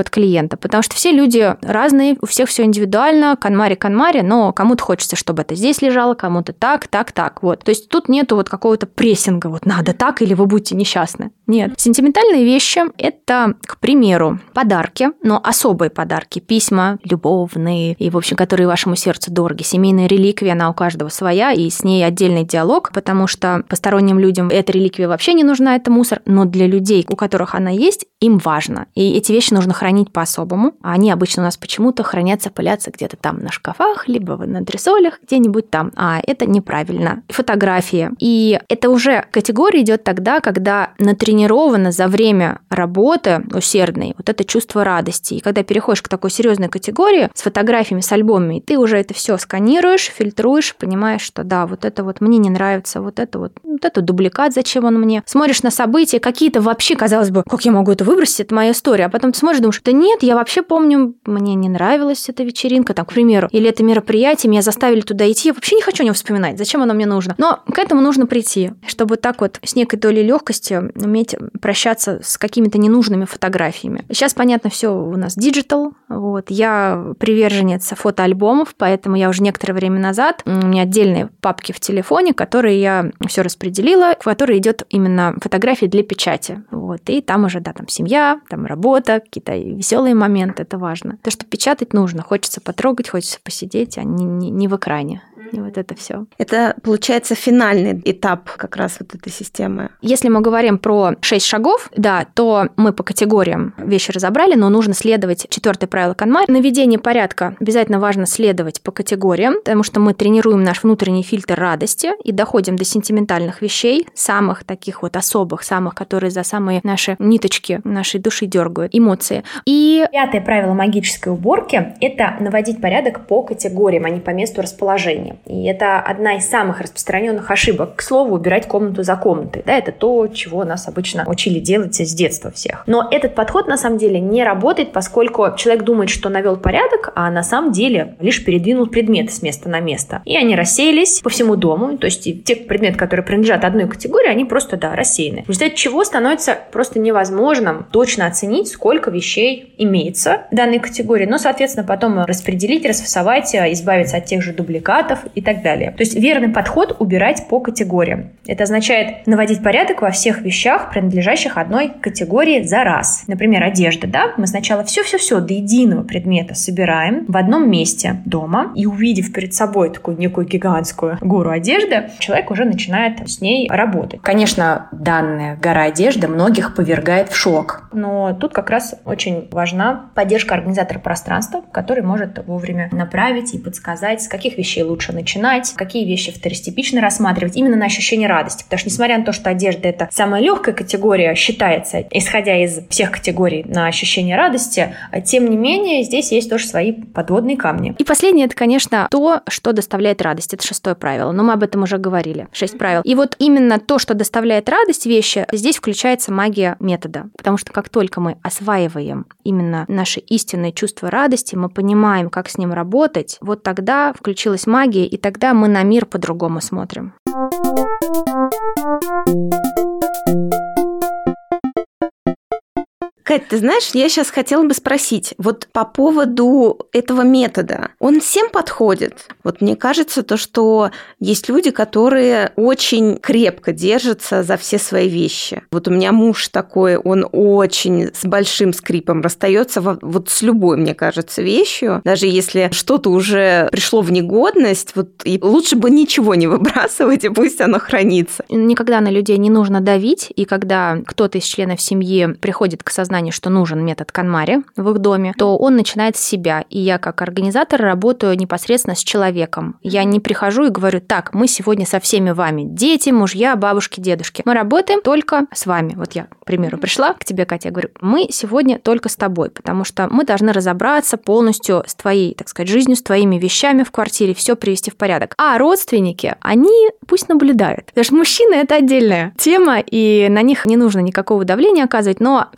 от клиента, потому что все люди разные, у всех все индивидуально, канмари-канмари, но кому-то хочется, чтобы это здесь лежало, кому-то так, так, так. Вот. То есть тут нету вот какого-то прессинга, вот надо так, или вы будете несчастны. Нет. Сентиментальные вещи – это, к примеру, подарки, но особые подарки, письма любовные, и, в общем, которые вашему сердцу дороги. Семейная реликвия, она у каждого своя, и с ней отдельный диалог, потому что посторонним людям эта реликвия вообще не нужна, это мусор, но для людей, у которых она есть, им важно. И эти вещи нужно хранить по-особому. А они обычно у нас почему-то хранятся, пылятся где-то там на шкафах, либо на антресолях, где-нибудь там. А это неправильно. Фотографии. И это уже категория идет тогда, когда натренировано за время работы усердной вот это чувство радости. И когда переходишь к такой серьезной категории с фотографиями, с альбомами, ты уже это все сканируешь, фильтруешь, понимаешь, что да, вот это вот мне не нравится, вот это вот, вот это дубликат, зачем он мне? Смотришь на события, какие-то вообще, казалось бы, как я могу это выбросить, это моя история. А потом ты смотришь, думаешь, да нет, я вообще помню, мне не нравилась эта вечеринка, там, к примеру, или это мероприятие, меня заставили туда идти, я вообще не хочу о нем вспоминать, зачем оно мне нужно. Но к этому нужно прийти, чтобы так вот с некой долей легкости уметь прощаться с какими-то ненужными фотографиями. Сейчас, понятно, все у нас диджитал, вот, я приверженец фотоальбомов, поэтому я уже некоторое время назад, у меня отдельные папки в телефоне, которые я все распределила, в которые идет именно фотографии для печати, вот, и там уже, да, там семья, там работа, какие-то веселые моменты, это важно. То, что печатать нужно, хочется потрогать, хочется посидеть, а не, не, не в экране. И вот это все. Это, получается, финальный этап как раз вот этой системы. Если мы говорим про шесть шагов, да, то мы по категориям вещи разобрали, но нужно следовать четвертое правило канмари. Наведение порядка обязательно важно следовать по категориям, потому что мы тренируем наш внутренний фильтр радости и доходим до сентиментальных вещей, самых таких вот особых, самых, которые за самые наши ниточки нашей души дергают, эмоции. И пятое правило магической уборки – это наводить порядок по категориям, а не по месту расположения. И это одна из самых распространенных ошибок. К слову, убирать комнату за комнатой. Да, это то, чего нас обычно учили делать с детства всех. Но этот подход на самом деле не работает, поскольку человек думает, что навел порядок, а на самом деле лишь передвинул предметы с места на место. И они рассеялись по всему дому. То есть те предметы, которые принадлежат одной категории, они просто, да, рассеяны. В результате чего становится просто невозможным точно оценить, сколько вещей имеется в данной категории. Но, соответственно, потом распределить, расфасовать, избавиться от тех же дубликатов и так далее. То есть верный подход – убирать по категориям. Это означает наводить порядок во всех вещах, принадлежащих одной категории за раз. Например, одежда, да? Мы сначала все-все-все до единого предмета собираем в одном месте дома, и увидев перед собой такую некую гигантскую гору одежды, человек уже начинает с ней работать. Конечно, данная гора одежды многих повергает в шок, но тут как раз очень важна поддержка организатора пространства, который может вовремя направить и подсказать, с каких вещей лучше начать, начинать, какие вещи второстепенно рассматривать именно на ощущение радости. Потому что, несмотря на то, что одежда – это самая легкая категория, считается, исходя из всех категорий на ощущение радости, тем не менее, здесь есть тоже свои подводные камни. И последнее – это, конечно, то, что доставляет радость. Это шестое правило, но мы об этом уже говорили. Шесть правил. И вот именно то, что доставляет радость вещи, здесь включается магия метода. Потому что как только мы осваиваем именно наши истинные чувства радости, мы понимаем, как с ним работать, вот тогда включилась магия, и тогда мы на мир по-другому смотрим. Кать, ты знаешь, я сейчас хотела бы спросить, вот по поводу этого метода, он всем подходит? Вот мне кажется, то, что есть люди, которые очень крепко держатся за все свои вещи. Вот у меня муж такой, он очень с большим скрипом расстается вот с любой, мне кажется, вещью, даже если что-то уже пришло в негодность, вот и лучше бы ничего не выбрасывать, и пусть оно хранится. Никогда на людей не нужно давить, и когда кто-то из членов семьи приходит к сознанию, что нужен метод канмари в их доме, то он начинает с себя. И я как организатор работаю непосредственно с человеком. Я не прихожу и говорю: так, мы сегодня со всеми вами, дети, мужья, бабушки, дедушки. Мы работаем только с вами. Вот я, к примеру, пришла к тебе, Катя, я говорю: мы сегодня только с тобой, потому что мы должны разобраться полностью с твоей, так сказать, жизнью, с твоими вещами в квартире, все привести в порядок. А родственники, они пусть наблюдают. Потому что мужчины – это отдельная тема, и на них не нужно никакого давления оказывать, но когда они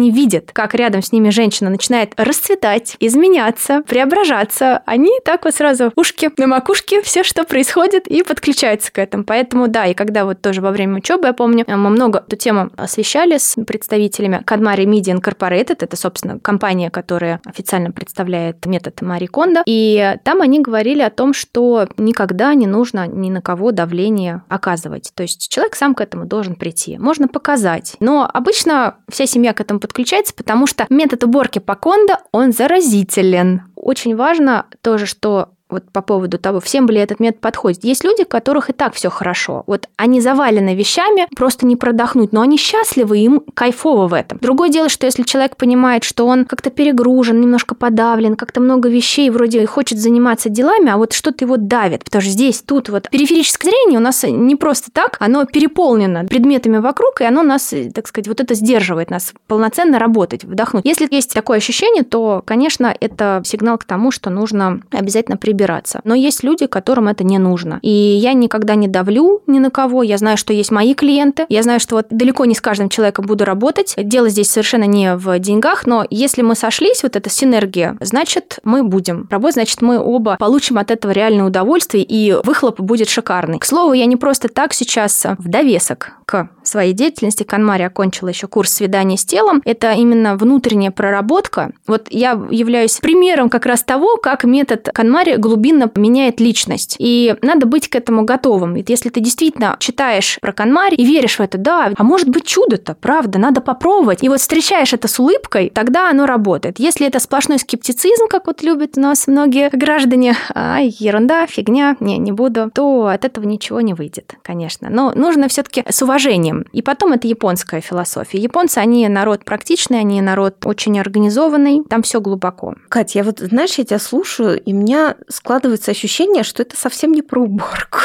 они видят, как рядом с ними женщина начинает расцветать, изменяться, преображаться, они так вот сразу ушки на макушке, все, что происходит, и подключаются к этому. Поэтому да, и когда вот тоже во время учебы, я помню, мы много эту тему освещали с представителями KonMari Media Incorporated, это, собственно, компания, которая официально представляет метод Мари Кондо, и там они говорили о том, что никогда не нужно ни на кого давление оказывать. То есть человек сам к этому должен прийти. Можно показать. Но обычно вся семья к этому подключается, потому что метод уборки по Кондо, он заразителен. Очень важно тоже, что вот по поводу того, всем ли этот метод подходит. Есть люди, у которых и так все хорошо. Вот они завалены вещами, просто не продохнуть, но они счастливы, им кайфово в этом. Другое дело, что если человек понимает, что он как-то перегружен, немножко подавлен, как-то много вещей, вроде хочет заниматься делами, а вот что-то его давит. Потому что здесь, тут вот периферическое зрение у нас не просто так, оно переполнено предметами вокруг, и оно нас, так сказать, вот это сдерживает нас полноценно работать, вдохнуть. Если есть такое ощущение, то, конечно, это сигнал к тому, что нужно обязательно прибегать. Убираться. Но есть люди, которым это не нужно. И я никогда не давлю ни на кого. Я знаю, что есть мои клиенты. Я знаю, что вот далеко не с каждым человеком буду работать. Дело здесь совершенно не в деньгах, но если мы сошлись, вот эта синергия, значит, мы будем работать, значит, мы оба получим от этого реальное удовольствие, и выхлоп будет шикарный. К слову, я не просто так сейчас в довесок к своей деятельности KonMari окончила еще курс «Свидание с телом». Это именно внутренняя проработка. Вот я являюсь примером как раз того, как метод KonMari глубинно меняет личность. И надо быть к этому готовым. Ведь если ты действительно читаешь про KonMari и веришь в это, да, а может быть чудо-то, правда, надо попробовать. И вот встречаешь это с улыбкой, тогда оно работает. Если это сплошной скептицизм, как вот любят у нас многие граждане, ай, ерунда, фигня, не, не буду, то от этого ничего не выйдет, конечно. Но нужно все-таки с уважением. И потом это японская философия. Японцы, они народ практичный, они народ очень организованный, там все глубоко. Кать, я вот, знаешь, я тебя слушаю, и у меня складывается ощущение, что это совсем не про уборку.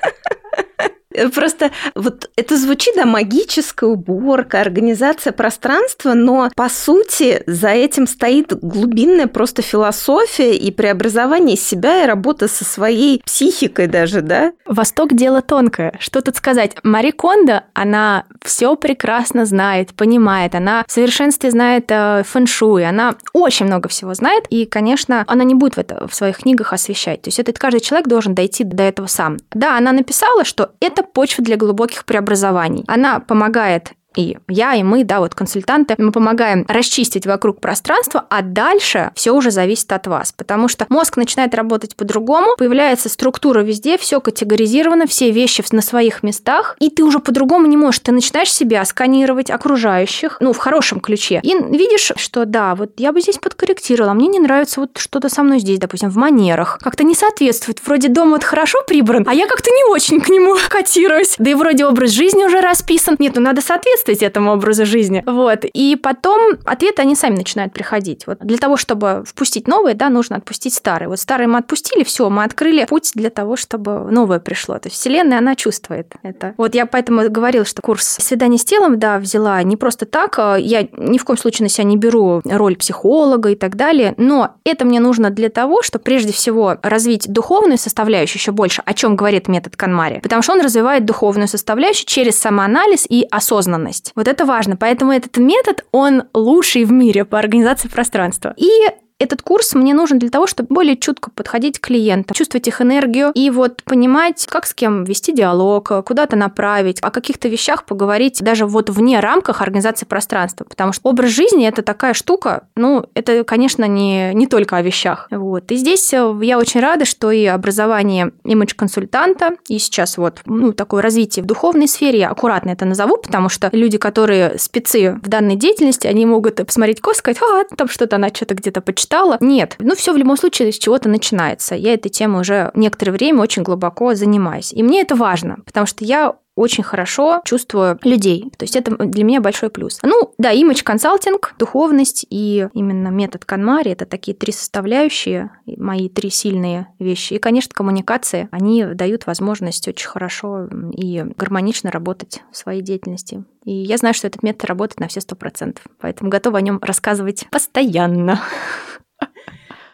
Просто вот это звучит, да, магическая уборка, организация пространства, но по сути за этим стоит глубинная просто философия и преобразование себя, и работа со своей психикой даже, да? Восток – дело тонкое. Что тут сказать? Мари Кондо, она все прекрасно знает, понимает, она в совершенстве знает э, фэн-шуй, она очень много всего знает, и, конечно, она не будет в это в своих книгах освещать. То есть это каждый человек должен дойти до этого сам. Да, она написала, что это почва для глубоких преобразований. Она помогает и я, и мы, да, вот консультанты, мы помогаем расчистить вокруг пространства, а дальше все уже зависит от вас, потому что мозг начинает работать по-другому, появляется структура везде, все категоризировано, все вещи на своих местах, и ты уже по-другому не можешь, ты начинаешь себя сканировать, окружающих, ну, в хорошем ключе, и видишь, что да, вот я бы здесь подкорректировала, мне не нравится вот что-то со мной здесь, допустим, в манерах, как-то не соответствует, вроде дом вот хорошо прибран, а я как-то не очень к нему котируюсь, да и вроде образ жизни уже расписан, нет, ну надо соответствовать этому образу жизни. Вот. И потом ответы, они сами начинают приходить. Вот для того, чтобы впустить новые, да, нужно отпустить старые. Вот старые мы отпустили, все, мы открыли путь для того, чтобы новое пришло. То есть Вселенная, она чувствует это. Вот я поэтому говорила, что курс «Свидание с телом», да, взяла не просто так. Я ни в коем случае на себя не беру роль психолога и так далее, но это мне нужно для того, чтобы прежде всего развить духовную составляющую еще больше, о чем говорит метод KonMari, потому что он развивает духовную составляющую через самоанализ и осознанность. Вот это важно. Поэтому этот метод, он лучший в мире по организации пространства. И этот курс мне нужен для того, чтобы более чутко подходить к клиентам, чувствовать их энергию и вот понимать, как с кем вести диалог, куда-то направить, о каких-то вещах поговорить даже вот вне рамках организации пространства. Потому что образ жизни – это такая штука, ну, это, конечно, не, не только о вещах. Вот. И здесь я очень рада, что и образование имидж-консультанта, и сейчас вот ну, такое развитие в духовной сфере, я аккуратно это назову, потому что люди, которые спецы в данной деятельности, они могут посмотреть косо, сказать, а, там что-то она что-то где-то почитала. Нет. Ну, все в любом случае с чего-то начинается. Я этой темой уже некоторое время очень глубоко занимаюсь. И мне это важно, потому что я очень хорошо чувствую людей. То есть это для меня большой плюс. Ну, да, имидж-консалтинг, духовность и именно метод KonMari – это такие три составляющие, мои три сильные вещи. И, конечно, коммуникации, они дают возможность очень хорошо и гармонично работать в своей деятельности. И я знаю, что этот метод работает на все сто процентов, поэтому готова о нем рассказывать постоянно.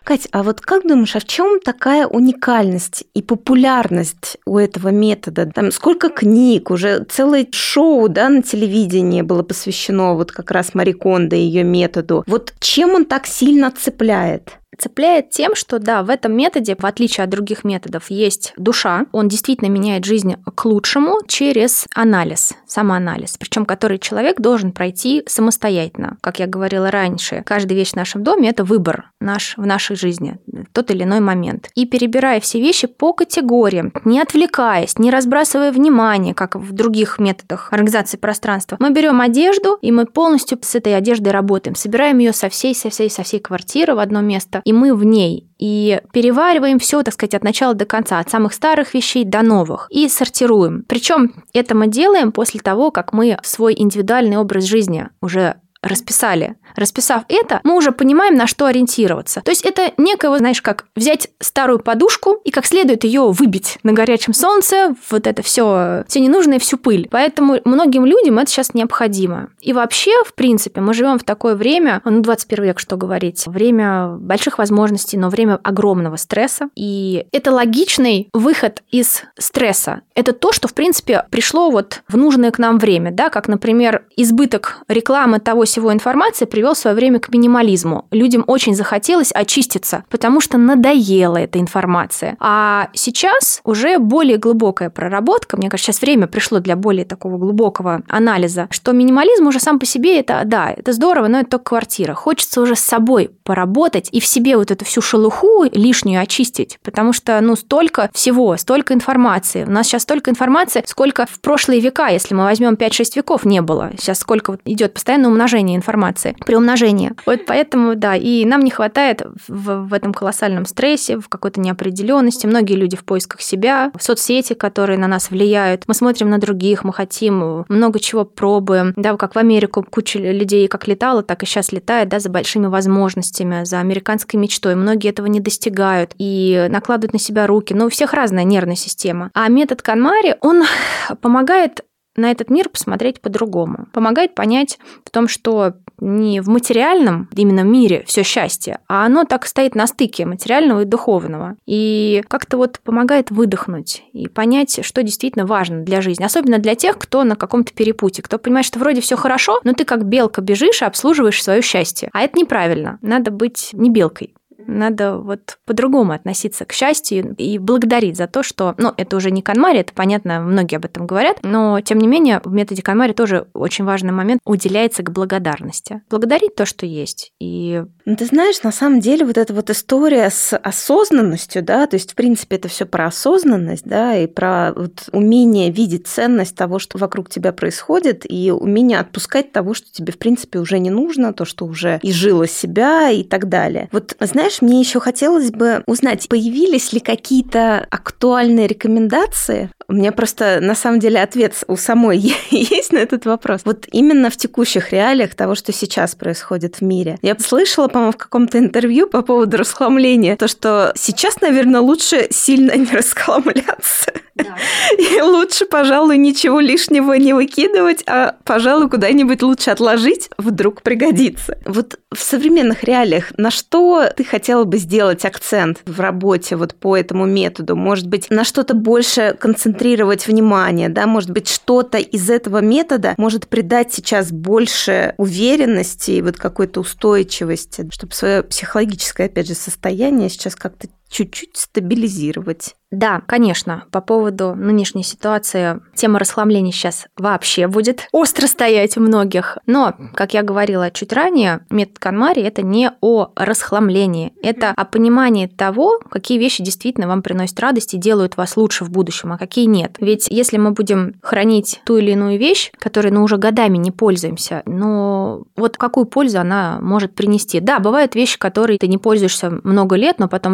Кать, а вот как думаешь, а в чем такая уникальность и популярность у этого метода? Там сколько книг, уже целое шоу, да, на телевидении было посвящено вот как раз Мари Кондо и ее методу. Вот чем он так сильно цепляет? Цепляет тем, что да, в этом методе, в отличие от других методов, есть душа. Он действительно меняет жизнь к лучшему через анализ, самоанализ, причем который человек должен пройти самостоятельно. Как я говорила раньше, каждая вещь в нашем доме – это выбор наш в нашей жизни, в тот или иной момент. И перебирая все вещи по категориям, не отвлекаясь, не разбрасывая внимание, как в других методах организации пространства, мы берем одежду, и мы полностью с этой одеждой работаем, собираем ее со всей, со всей, со всей квартиры в одно место, и мы в ней. И перевариваем все, так сказать, от начала до конца, от самых старых вещей до новых, и сортируем. Причем это мы делаем после того, как мы свой индивидуальный образ жизни уже расписали. Расписав это, мы уже понимаем, на что ориентироваться. То есть это некое, знаешь, как взять старую подушку и как следует ее выбить на горячем солнце, вот это все, все ненужное, всю пыль. Поэтому многим людям это сейчас необходимо. И вообще, в принципе, мы живем в такое время, ну, двадцать первый век, что говорить, время больших возможностей, но время огромного стресса. И это логичный выход из стресса. Это то, что, в принципе, пришло вот в нужное к нам время, да, как, например, избыток рекламы того всего информации привел в свое время к минимализму. Людям очень захотелось очиститься, потому что надоела эта информация. А сейчас уже более глубокая проработка, мне кажется, сейчас время пришло для более такого глубокого анализа, что минимализм уже сам по себе, это, да, это здорово, но это только квартира. Хочется уже с собой поработать и в себе вот эту всю шелуху лишнюю очистить, потому что, ну, столько всего, столько информации. У нас сейчас столько информации, сколько в прошлые века, если мы возьмем пять-шесть веков, не было. Сейчас сколько вот идет постоянное умножение информации, приумножение. Вот поэтому, да, и нам не хватает в, в этом колоссальном стрессе, в какой-то неопределенности. Многие люди в поисках себя, в соцсети, которые на нас влияют. Мы смотрим на других, мы хотим, много чего пробуем. Да, как в Америку куча людей как летала, так и сейчас летает, да, за большими возможностями, за американской мечтой. Многие этого не достигают и накладывают на себя руки. Но у всех разная нервная система. А метод KonMari, он помогает на этот мир посмотреть по-другому. Помогает понять в том, что не в материальном именно мире все счастье, а оно так стоит на стыке материального и духовного. И как-то вот помогает выдохнуть и понять, что действительно важно для жизни. Особенно для тех, кто на каком-то перепутье, кто понимает, что вроде все хорошо, но ты как белка бежишь и обслуживаешь свое счастье. А это неправильно. Надо быть не белкой. Надо вот по-другому относиться к счастью и благодарить за то, что... Ну, это уже не KonMari, это понятно, многие об этом говорят, но, тем не менее, в методе KonMari тоже очень важный момент уделяется к благодарности. Благодарить то, что есть. И... Ну, ты знаешь, на самом деле вот эта вот история с осознанностью, да, то есть, в принципе, это все про осознанность, да, и про вот умение видеть ценность того, что вокруг тебя происходит, и умение отпускать того, что тебе, в принципе, уже не нужно, то, что уже изжило себя и так далее. Вот, знаешь, мне еще хотелось бы узнать, появились ли какие-то актуальные рекомендации? У меня просто, на самом деле, ответ у самой есть на этот вопрос. Вот именно в текущих реалиях того, что сейчас происходит в мире. Я слышала, по-моему, в каком-то интервью по поводу расхламления, то, что сейчас, наверное, лучше сильно не расхламляться. Да. И лучше, пожалуй, ничего лишнего не выкидывать, а, пожалуй, куда-нибудь лучше отложить, вдруг пригодится. Вот в современных реалиях на что ты хотела бы сделать акцент в работе вот по этому методу? Может быть, на что-то больше концентрировать внимание, да? Может быть, что-то из этого метода может придать сейчас больше уверенности и вот какой-то устойчивости, чтобы свое психологическое, опять же, состояние сейчас как-то чуть-чуть стабилизировать. Да, конечно, по поводу нынешней ситуации тема расхламления сейчас вообще будет остро стоять у многих. Но, как я говорила чуть ранее, метод KonMari – это не о расхламлении, это о понимании того, какие вещи действительно вам приносят радость и делают вас лучше в будущем, а какие нет. Ведь если мы будем хранить ту или иную вещь, которой ну, уже годами не пользуемся, но вот какую пользу она может принести? Да, бывают вещи, которые ты не пользуешься много лет, но потом раз, я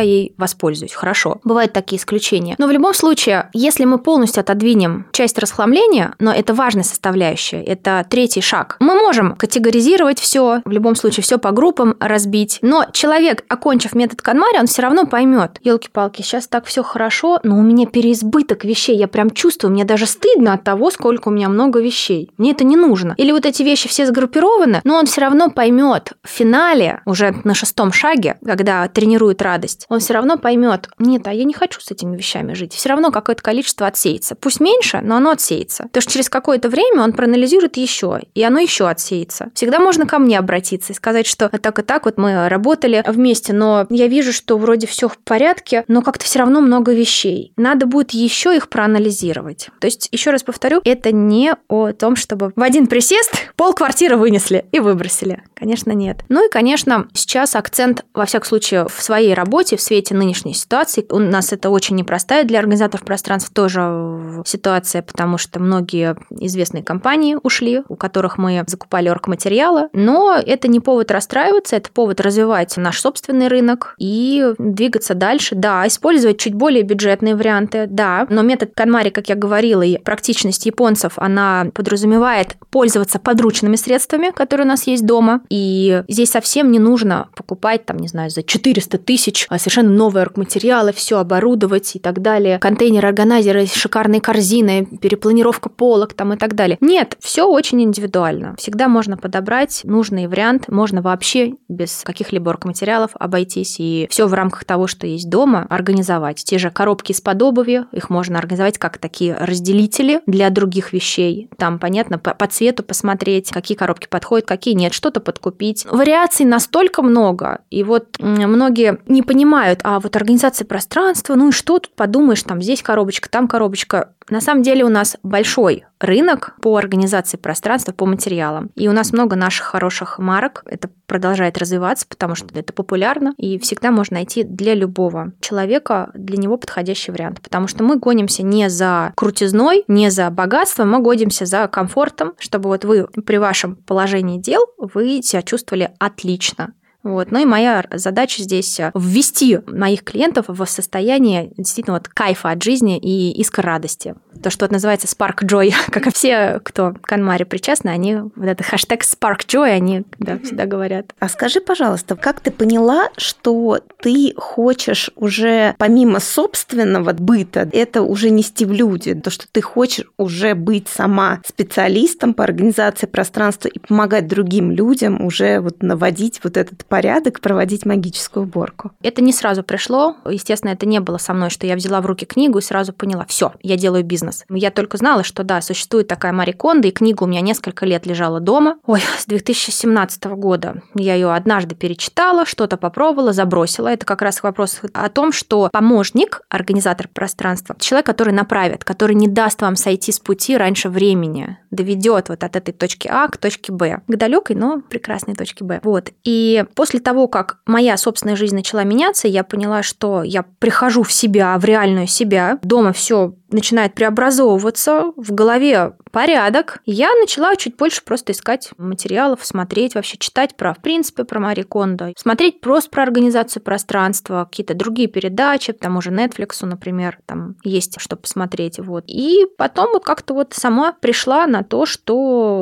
ей воспользуюсь. Хорошо. Бывают такие исключения. Но в любом случае, если мы полностью отодвинем часть расхламления, но это важная составляющая, это третий шаг, мы можем категоризировать все, в любом случае все по группам разбить, но человек, окончив метод KonMari, он все равно поймет: елки-палки, сейчас так все хорошо, но у меня переизбыток вещей, я прям чувствую, мне даже стыдно от того, сколько у меня много вещей. Мне это не нужно. Или вот эти вещи все сгруппированы, но он все равно поймет в финале, уже на шестом шаге, когда тренирует радость, он все равно поймет: нет, а я не хочу с этими вещами жить. Все равно какое-то количество отсеется. Пусть меньше, но оно отсеется. Потому что через какое-то время он проанализирует еще, и оно еще отсеется. Всегда можно ко мне обратиться и сказать, что так и так вот мы работали вместе, но я вижу, что вроде все в порядке, но как-то все равно много вещей. Надо будет еще их проанализировать. То есть, еще раз повторю, это не о том, чтобы в один присест полквартиры вынесли и выбросили. Конечно, нет. Ну и, конечно, сейчас акцент, во всяком случае, в своей работе, в свете нынешней ситуации, у нас это очень непростая для организаторов пространств тоже ситуация, потому что многие известные компании ушли, у которых мы закупали оргматериалы, но это не повод расстраиваться, это повод развивать наш собственный рынок и двигаться дальше. Да, использовать чуть более бюджетные варианты, да, но метод KonMari, как я говорила, и практичность японцев, она подразумевает пользоваться подручными средствами, которые у нас есть дома, и здесь совсем не нужно покупать, там, не знаю, за четыреста тысяч совершенно новые оргматериалы, все оборудовать и так далее, контейнеры-органайзеры, шикарные корзины, перепланировка полок там и так далее. Нет, все очень индивидуально. Всегда можно подобрать нужный вариант, можно вообще без каких-либо оргматериалов обойтись и все в рамках того, что есть дома, организовать. Те же коробки из-под обуви, их можно организовать как такие разделители для других вещей. Там, понятно, по, по цвету посмотреть, какие коробки подходят, какие нет, что-то подкупить. Вариаций настолько много, и вот многие не понимают, а вот организация пространства, ну и что тут подумаешь, там здесь коробочка, там коробочка. На самом деле у нас большой рынок по организации пространства, по материалам. И у нас много наших хороших марок. Это продолжает развиваться, потому что это популярно. И всегда можно найти для любого человека, для него подходящий вариант. Потому что мы гонимся не за крутизной, не за богатством, мы гонимся за комфортом, чтобы вот вы при вашем положении дел вы себя чувствовали отлично. Вот. Ну и моя задача здесь ввести моих клиентов в состояние действительно вот кайфа от жизни и искр радости. То, что вот называется spark joy, как все, кто к KonMari причастны, они вот этот хэштег spark joy, они да, всегда говорят. А скажи, пожалуйста, как ты поняла, что ты хочешь уже помимо собственного быта, это уже нести в люди, то, что ты хочешь уже быть сама специалистом по организации пространства и помогать другим людям уже вот наводить вот этот порядок, проводить магическую уборку? Это не сразу пришло. Естественно, это не было со мной, что я взяла в руки книгу и сразу поняла: все, я делаю бизнес. Я только знала, что да, существует такая Мари Кондо, и книга у меня несколько лет лежала дома. Ой, с две тысячи семнадцатого года. Я ее однажды перечитала, что-то попробовала, забросила. Это как раз вопрос о том, что помощник, организатор пространства, человек, который направит, который не даст вам сойти с пути раньше времени, доведет вот от этой точки А к точке Б, к далекой, но прекрасной точке Б. Вот. И после того, как моя собственная жизнь начала меняться, я поняла, что я прихожу в себя, в реальную себя, дома все начинает преобразовываться, в голове порядок. И я начала чуть больше просто искать материалов, смотреть, вообще читать про, в принципе, про Мари Кондо, смотреть просто про организацию пространства, какие-то другие передачи, к тому же Netflix, например, там есть что посмотреть. Вот. И потом вот как-то вот сама пришла на то, что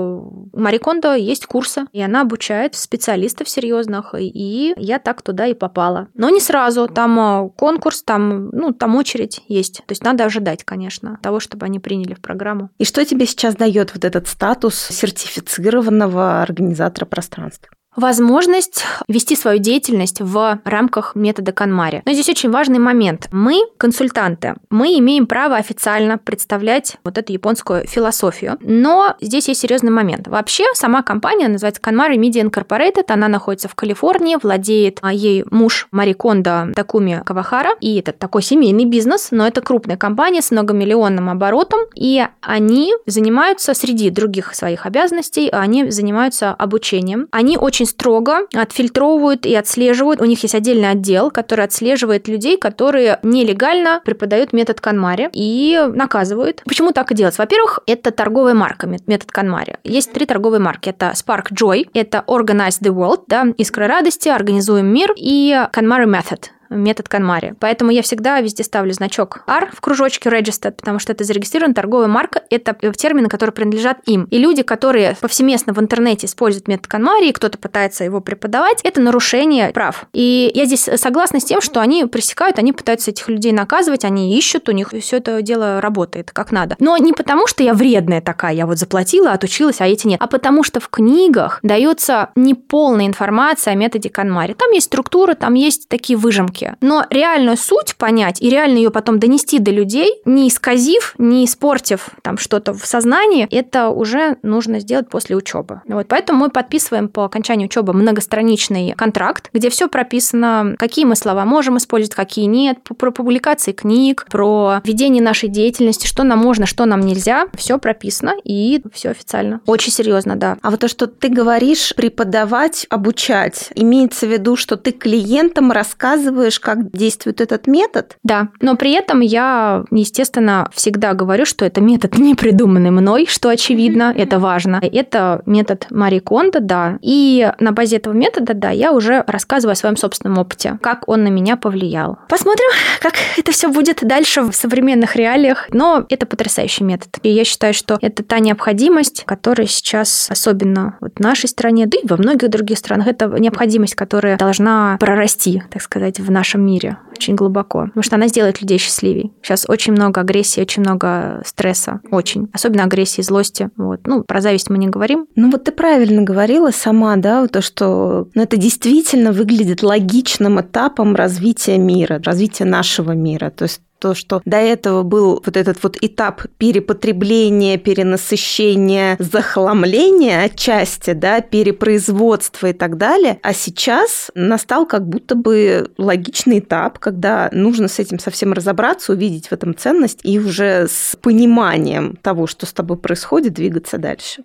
у Мари Кондо есть курсы, и она обучает специалистов серьезных, и я так туда и попала. Но не сразу, там конкурс, там, ну, там очередь есть, то есть надо ожидать, конечно, того, чтобы они приняли в программу. И что тебе сейчас дает вот этот статус сертифицированного организатора пространства? Возможность вести свою деятельность в рамках метода KonMari. Но здесь очень важный момент. Мы, консультанты, мы имеем право официально представлять вот эту японскую философию, но здесь есть серьезный момент. Вообще, сама компания называется KonMari Media Incorporated, она находится в Калифорнии, владеет ей муж Мари Кондо Такуми Кавахара, и это такой семейный бизнес, но это крупная компания с многомиллионным оборотом, и они занимаются, среди других своих обязанностей, они занимаются обучением. Они очень строго отфильтровывают и отслеживают. У них есть отдельный отдел, который отслеживает людей, которые нелегально преподают метод KonMari и наказывают. Почему так и делать? Во-первых, это торговая марка, метод KonMari. Есть три торговые марки. Это Spark Joy, это Organize the World, да, Искра радости, Организуем мир и KonMari Method. метод KonMari. Поэтому я всегда везде ставлю значок R в кружочке registered, потому что это зарегистрирована торговая марка, это термины, которые принадлежат им. И люди, которые повсеместно в интернете используют метод KonMari, и кто-то пытается его преподавать, это нарушение прав. И я здесь согласна с тем, что они пресекают, они пытаются этих людей наказывать, они ищут, у них все это дело работает как надо. Но не потому, что я вредная такая, я вот заплатила, отучилась, а эти нет, а потому что в книгах дается неполная информация о методе KonMari. Там есть структура, там есть такие выжимки. Но реальную суть понять и реально ее потом донести до людей, не исказив, не испортив там что-то в сознании, это уже нужно сделать после учебы. Вот, поэтому мы подписываем по окончании учебы многостраничный контракт, где все прописано, какие мы слова можем использовать, какие нет, про публикации книг, про ведение нашей деятельности, что нам можно, что нам нельзя. Все прописано и все официально. Очень серьезно, да. А вот то, что ты говоришь, преподавать, обучать, имеется в виду, что ты клиентам рассказываешь, как действует этот метод? Да, но при этом я, естественно, всегда говорю, что это метод не придуманный мной, что очевидно, это важно. Это метод Мари Кондо, да. И на базе этого метода, да, я уже рассказываю о своем собственном опыте, как он на меня повлиял. Посмотрим, как это все будет дальше в современных реалиях. Но это потрясающий метод. И я считаю, что это та необходимость, которая сейчас, особенно вот в нашей стране, да и во многих других странах, это необходимость, которая должна прорасти, так сказать, в нашем мире очень глубоко. Потому что она сделает людей счастливее. Сейчас очень много агрессии, очень много стресса. Очень. Особенно агрессии, злости. Вот. Ну, про зависть мы не говорим. Ну, вот ты правильно говорила сама, да, то, что ну, это действительно выглядит логичным этапом развития мира, развития нашего мира. То есть то, что до этого был вот этот вот этап перепотребления, перенасыщения, захламления отчасти, да, перепроизводства и так далее, а сейчас настал как будто бы логичный этап, когда нужно с этим совсем разобраться, увидеть в этом ценность и уже с пониманием того, что с тобой происходит, двигаться дальше.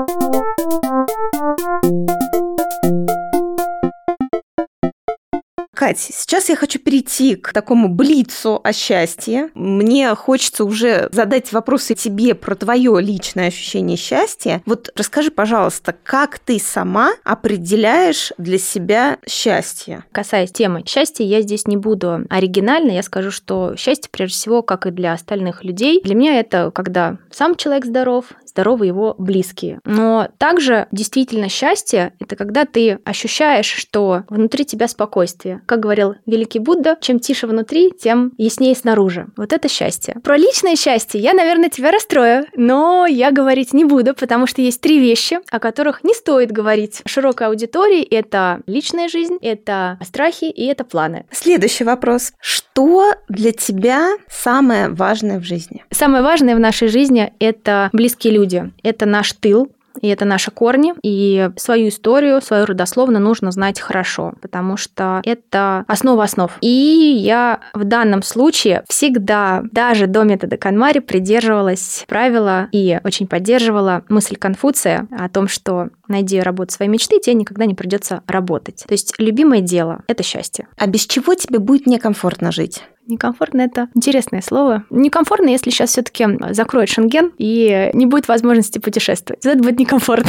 Кать, сейчас я хочу перейти к такому блицу о счастье. Мне хочется уже задать вопросы тебе про твое личное ощущение счастья. Вот расскажи, пожалуйста, как ты сама определяешь для себя счастье? Касаясь темы счастья, я здесь не буду оригинальна. Я скажу, что счастье, прежде всего, как и для остальных людей, для меня это когда сам человек здоров, здоровы его близкие. Но также действительно счастье – это когда ты ощущаешь, что внутри тебя спокойствие. Как говорил великий Будда, чем тише внутри, тем яснее снаружи. Вот это счастье. Про личное счастье я, наверное, тебя расстрою, но я говорить не буду, потому что есть три вещи, о которых не стоит говорить широкой аудитории. Это личная жизнь, это страхи и это планы. Следующий вопрос. Что для тебя самое важное в жизни? Самое важное в нашей жизни – это близкие люди. Это наш тыл. И это наши корни, и свою историю, свою родословную нужно знать хорошо, потому что это основа основ. И я в данном случае всегда, даже до метода KonMari, придерживалась правила и очень поддерживала мысль Конфуция о том, что найди работу своей мечты, тебе никогда не придется работать. То есть любимое дело – это счастье. А без чего тебе будет некомфортно жить? Некомфортно – это интересное слово. Некомфортно, если сейчас все-таки закроют Шенген и не будет возможности путешествовать. Это будет некомфортно.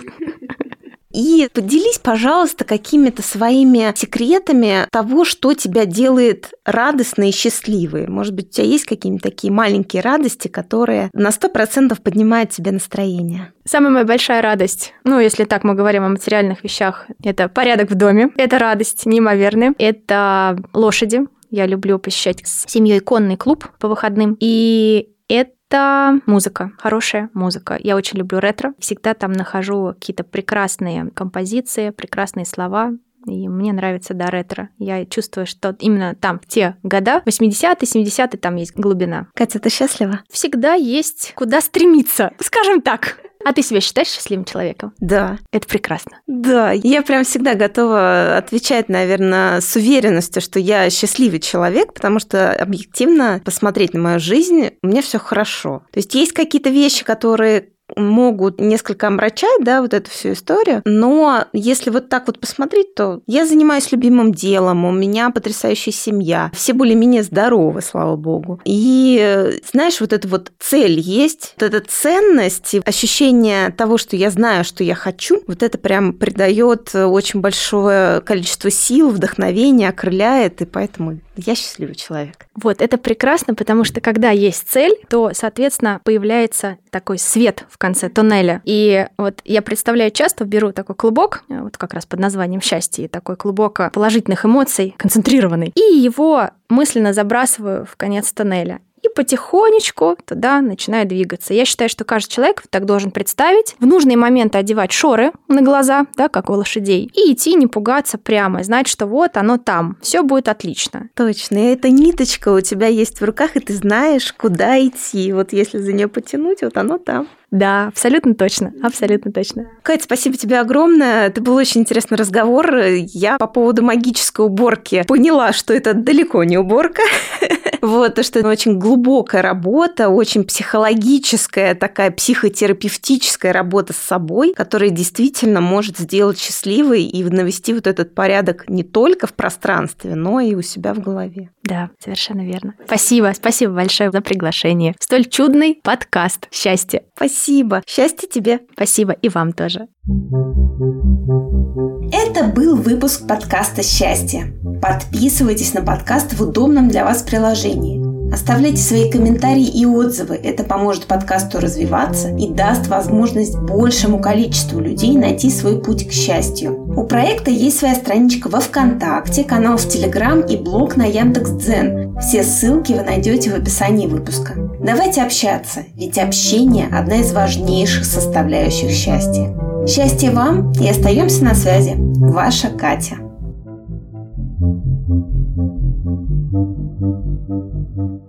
И поделись, пожалуйста, какими-то своими секретами того, что тебя делает радостной и счастливой. Может быть, у тебя есть какие-нибудь такие маленькие радости, которые на сто процентов поднимают тебе настроение? Самая моя большая радость, ну, если так мы говорим о материальных вещах, это порядок в доме, это радость неимоверная, это лошади. Я люблю посещать с семьей конный клуб по выходным. И это музыка, хорошая музыка. Я очень люблю ретро. Всегда там нахожу какие-то прекрасные композиции, прекрасные слова. И мне нравится, да, ретро. Я чувствую, что именно там, в те года, восьмидесятые, семидесятые, там есть глубина. Катя, ты счастлива? Всегда есть куда стремиться, скажем так. А ты себя считаешь счастливым человеком? Да. Это прекрасно. Да, я прям всегда готова отвечать, наверное, с уверенностью, что я счастливый человек, потому что объективно посмотреть на мою жизнь, у меня все хорошо. То есть есть какие-то вещи, которые могут несколько омрачать, да, вот эту всю историю. Но если вот так вот посмотреть, то я занимаюсь любимым делом, у меня потрясающая семья, все более-менее здоровы, слава богу. И знаешь, вот эта вот цель есть, вот эта ценность, ощущение того, что я знаю, что я хочу, вот это прям придает очень большое количество сил, вдохновения, окрыляет, и поэтому я счастливый человек. Вот, это прекрасно, потому что когда есть цель, то, соответственно, появляется такой свет в конце туннеля. И вот я представляю, часто беру такой клубок, вот как раз под названием «Счастье», такой клубок положительных эмоций, концентрированный, и его мысленно забрасываю в конец туннеля. И потихонечку туда начинаю двигаться. Я считаю, что каждый человек так должен представить, в нужные моменты одевать шоры на глаза, да, как у лошадей, и идти, не пугаться прямо, знать, что вот оно там, все будет отлично. Точно, и эта ниточка у тебя есть в руках, и ты знаешь, куда идти. Вот если за нее потянуть, вот оно там. Да, абсолютно точно, абсолютно точно. Кать, спасибо тебе огромное. Это был очень интересный разговор. Я по поводу магической уборки поняла, что это далеко не уборка. Вот, то, что это очень глубокая работа, очень психологическая, такая психотерапевтическая работа с собой, которая действительно может сделать счастливой и навести вот этот порядок не только в пространстве, но и у себя в голове. Да, совершенно верно. Спасибо, спасибо большое за приглашение. Столь чудный подкаст «Счастье». Спасибо. Счастья тебе. Спасибо и вам тоже. Это был выпуск подкаста «Счастье». Подписывайтесь на подкаст в удобном для вас приложении. Оставляйте свои комментарии и отзывы. Это поможет подкасту развиваться и даст возможность большему количеству людей найти свой путь к счастью. У проекта есть своя страничка во ВКонтакте, канал в Телеграм и блог на Яндекс.Дзен. Все ссылки вы найдете в описании выпуска. Давайте общаться, ведь общение – одна из важнейших составляющих счастья. Счастья вам и остаемся на связи. Ваша Катя.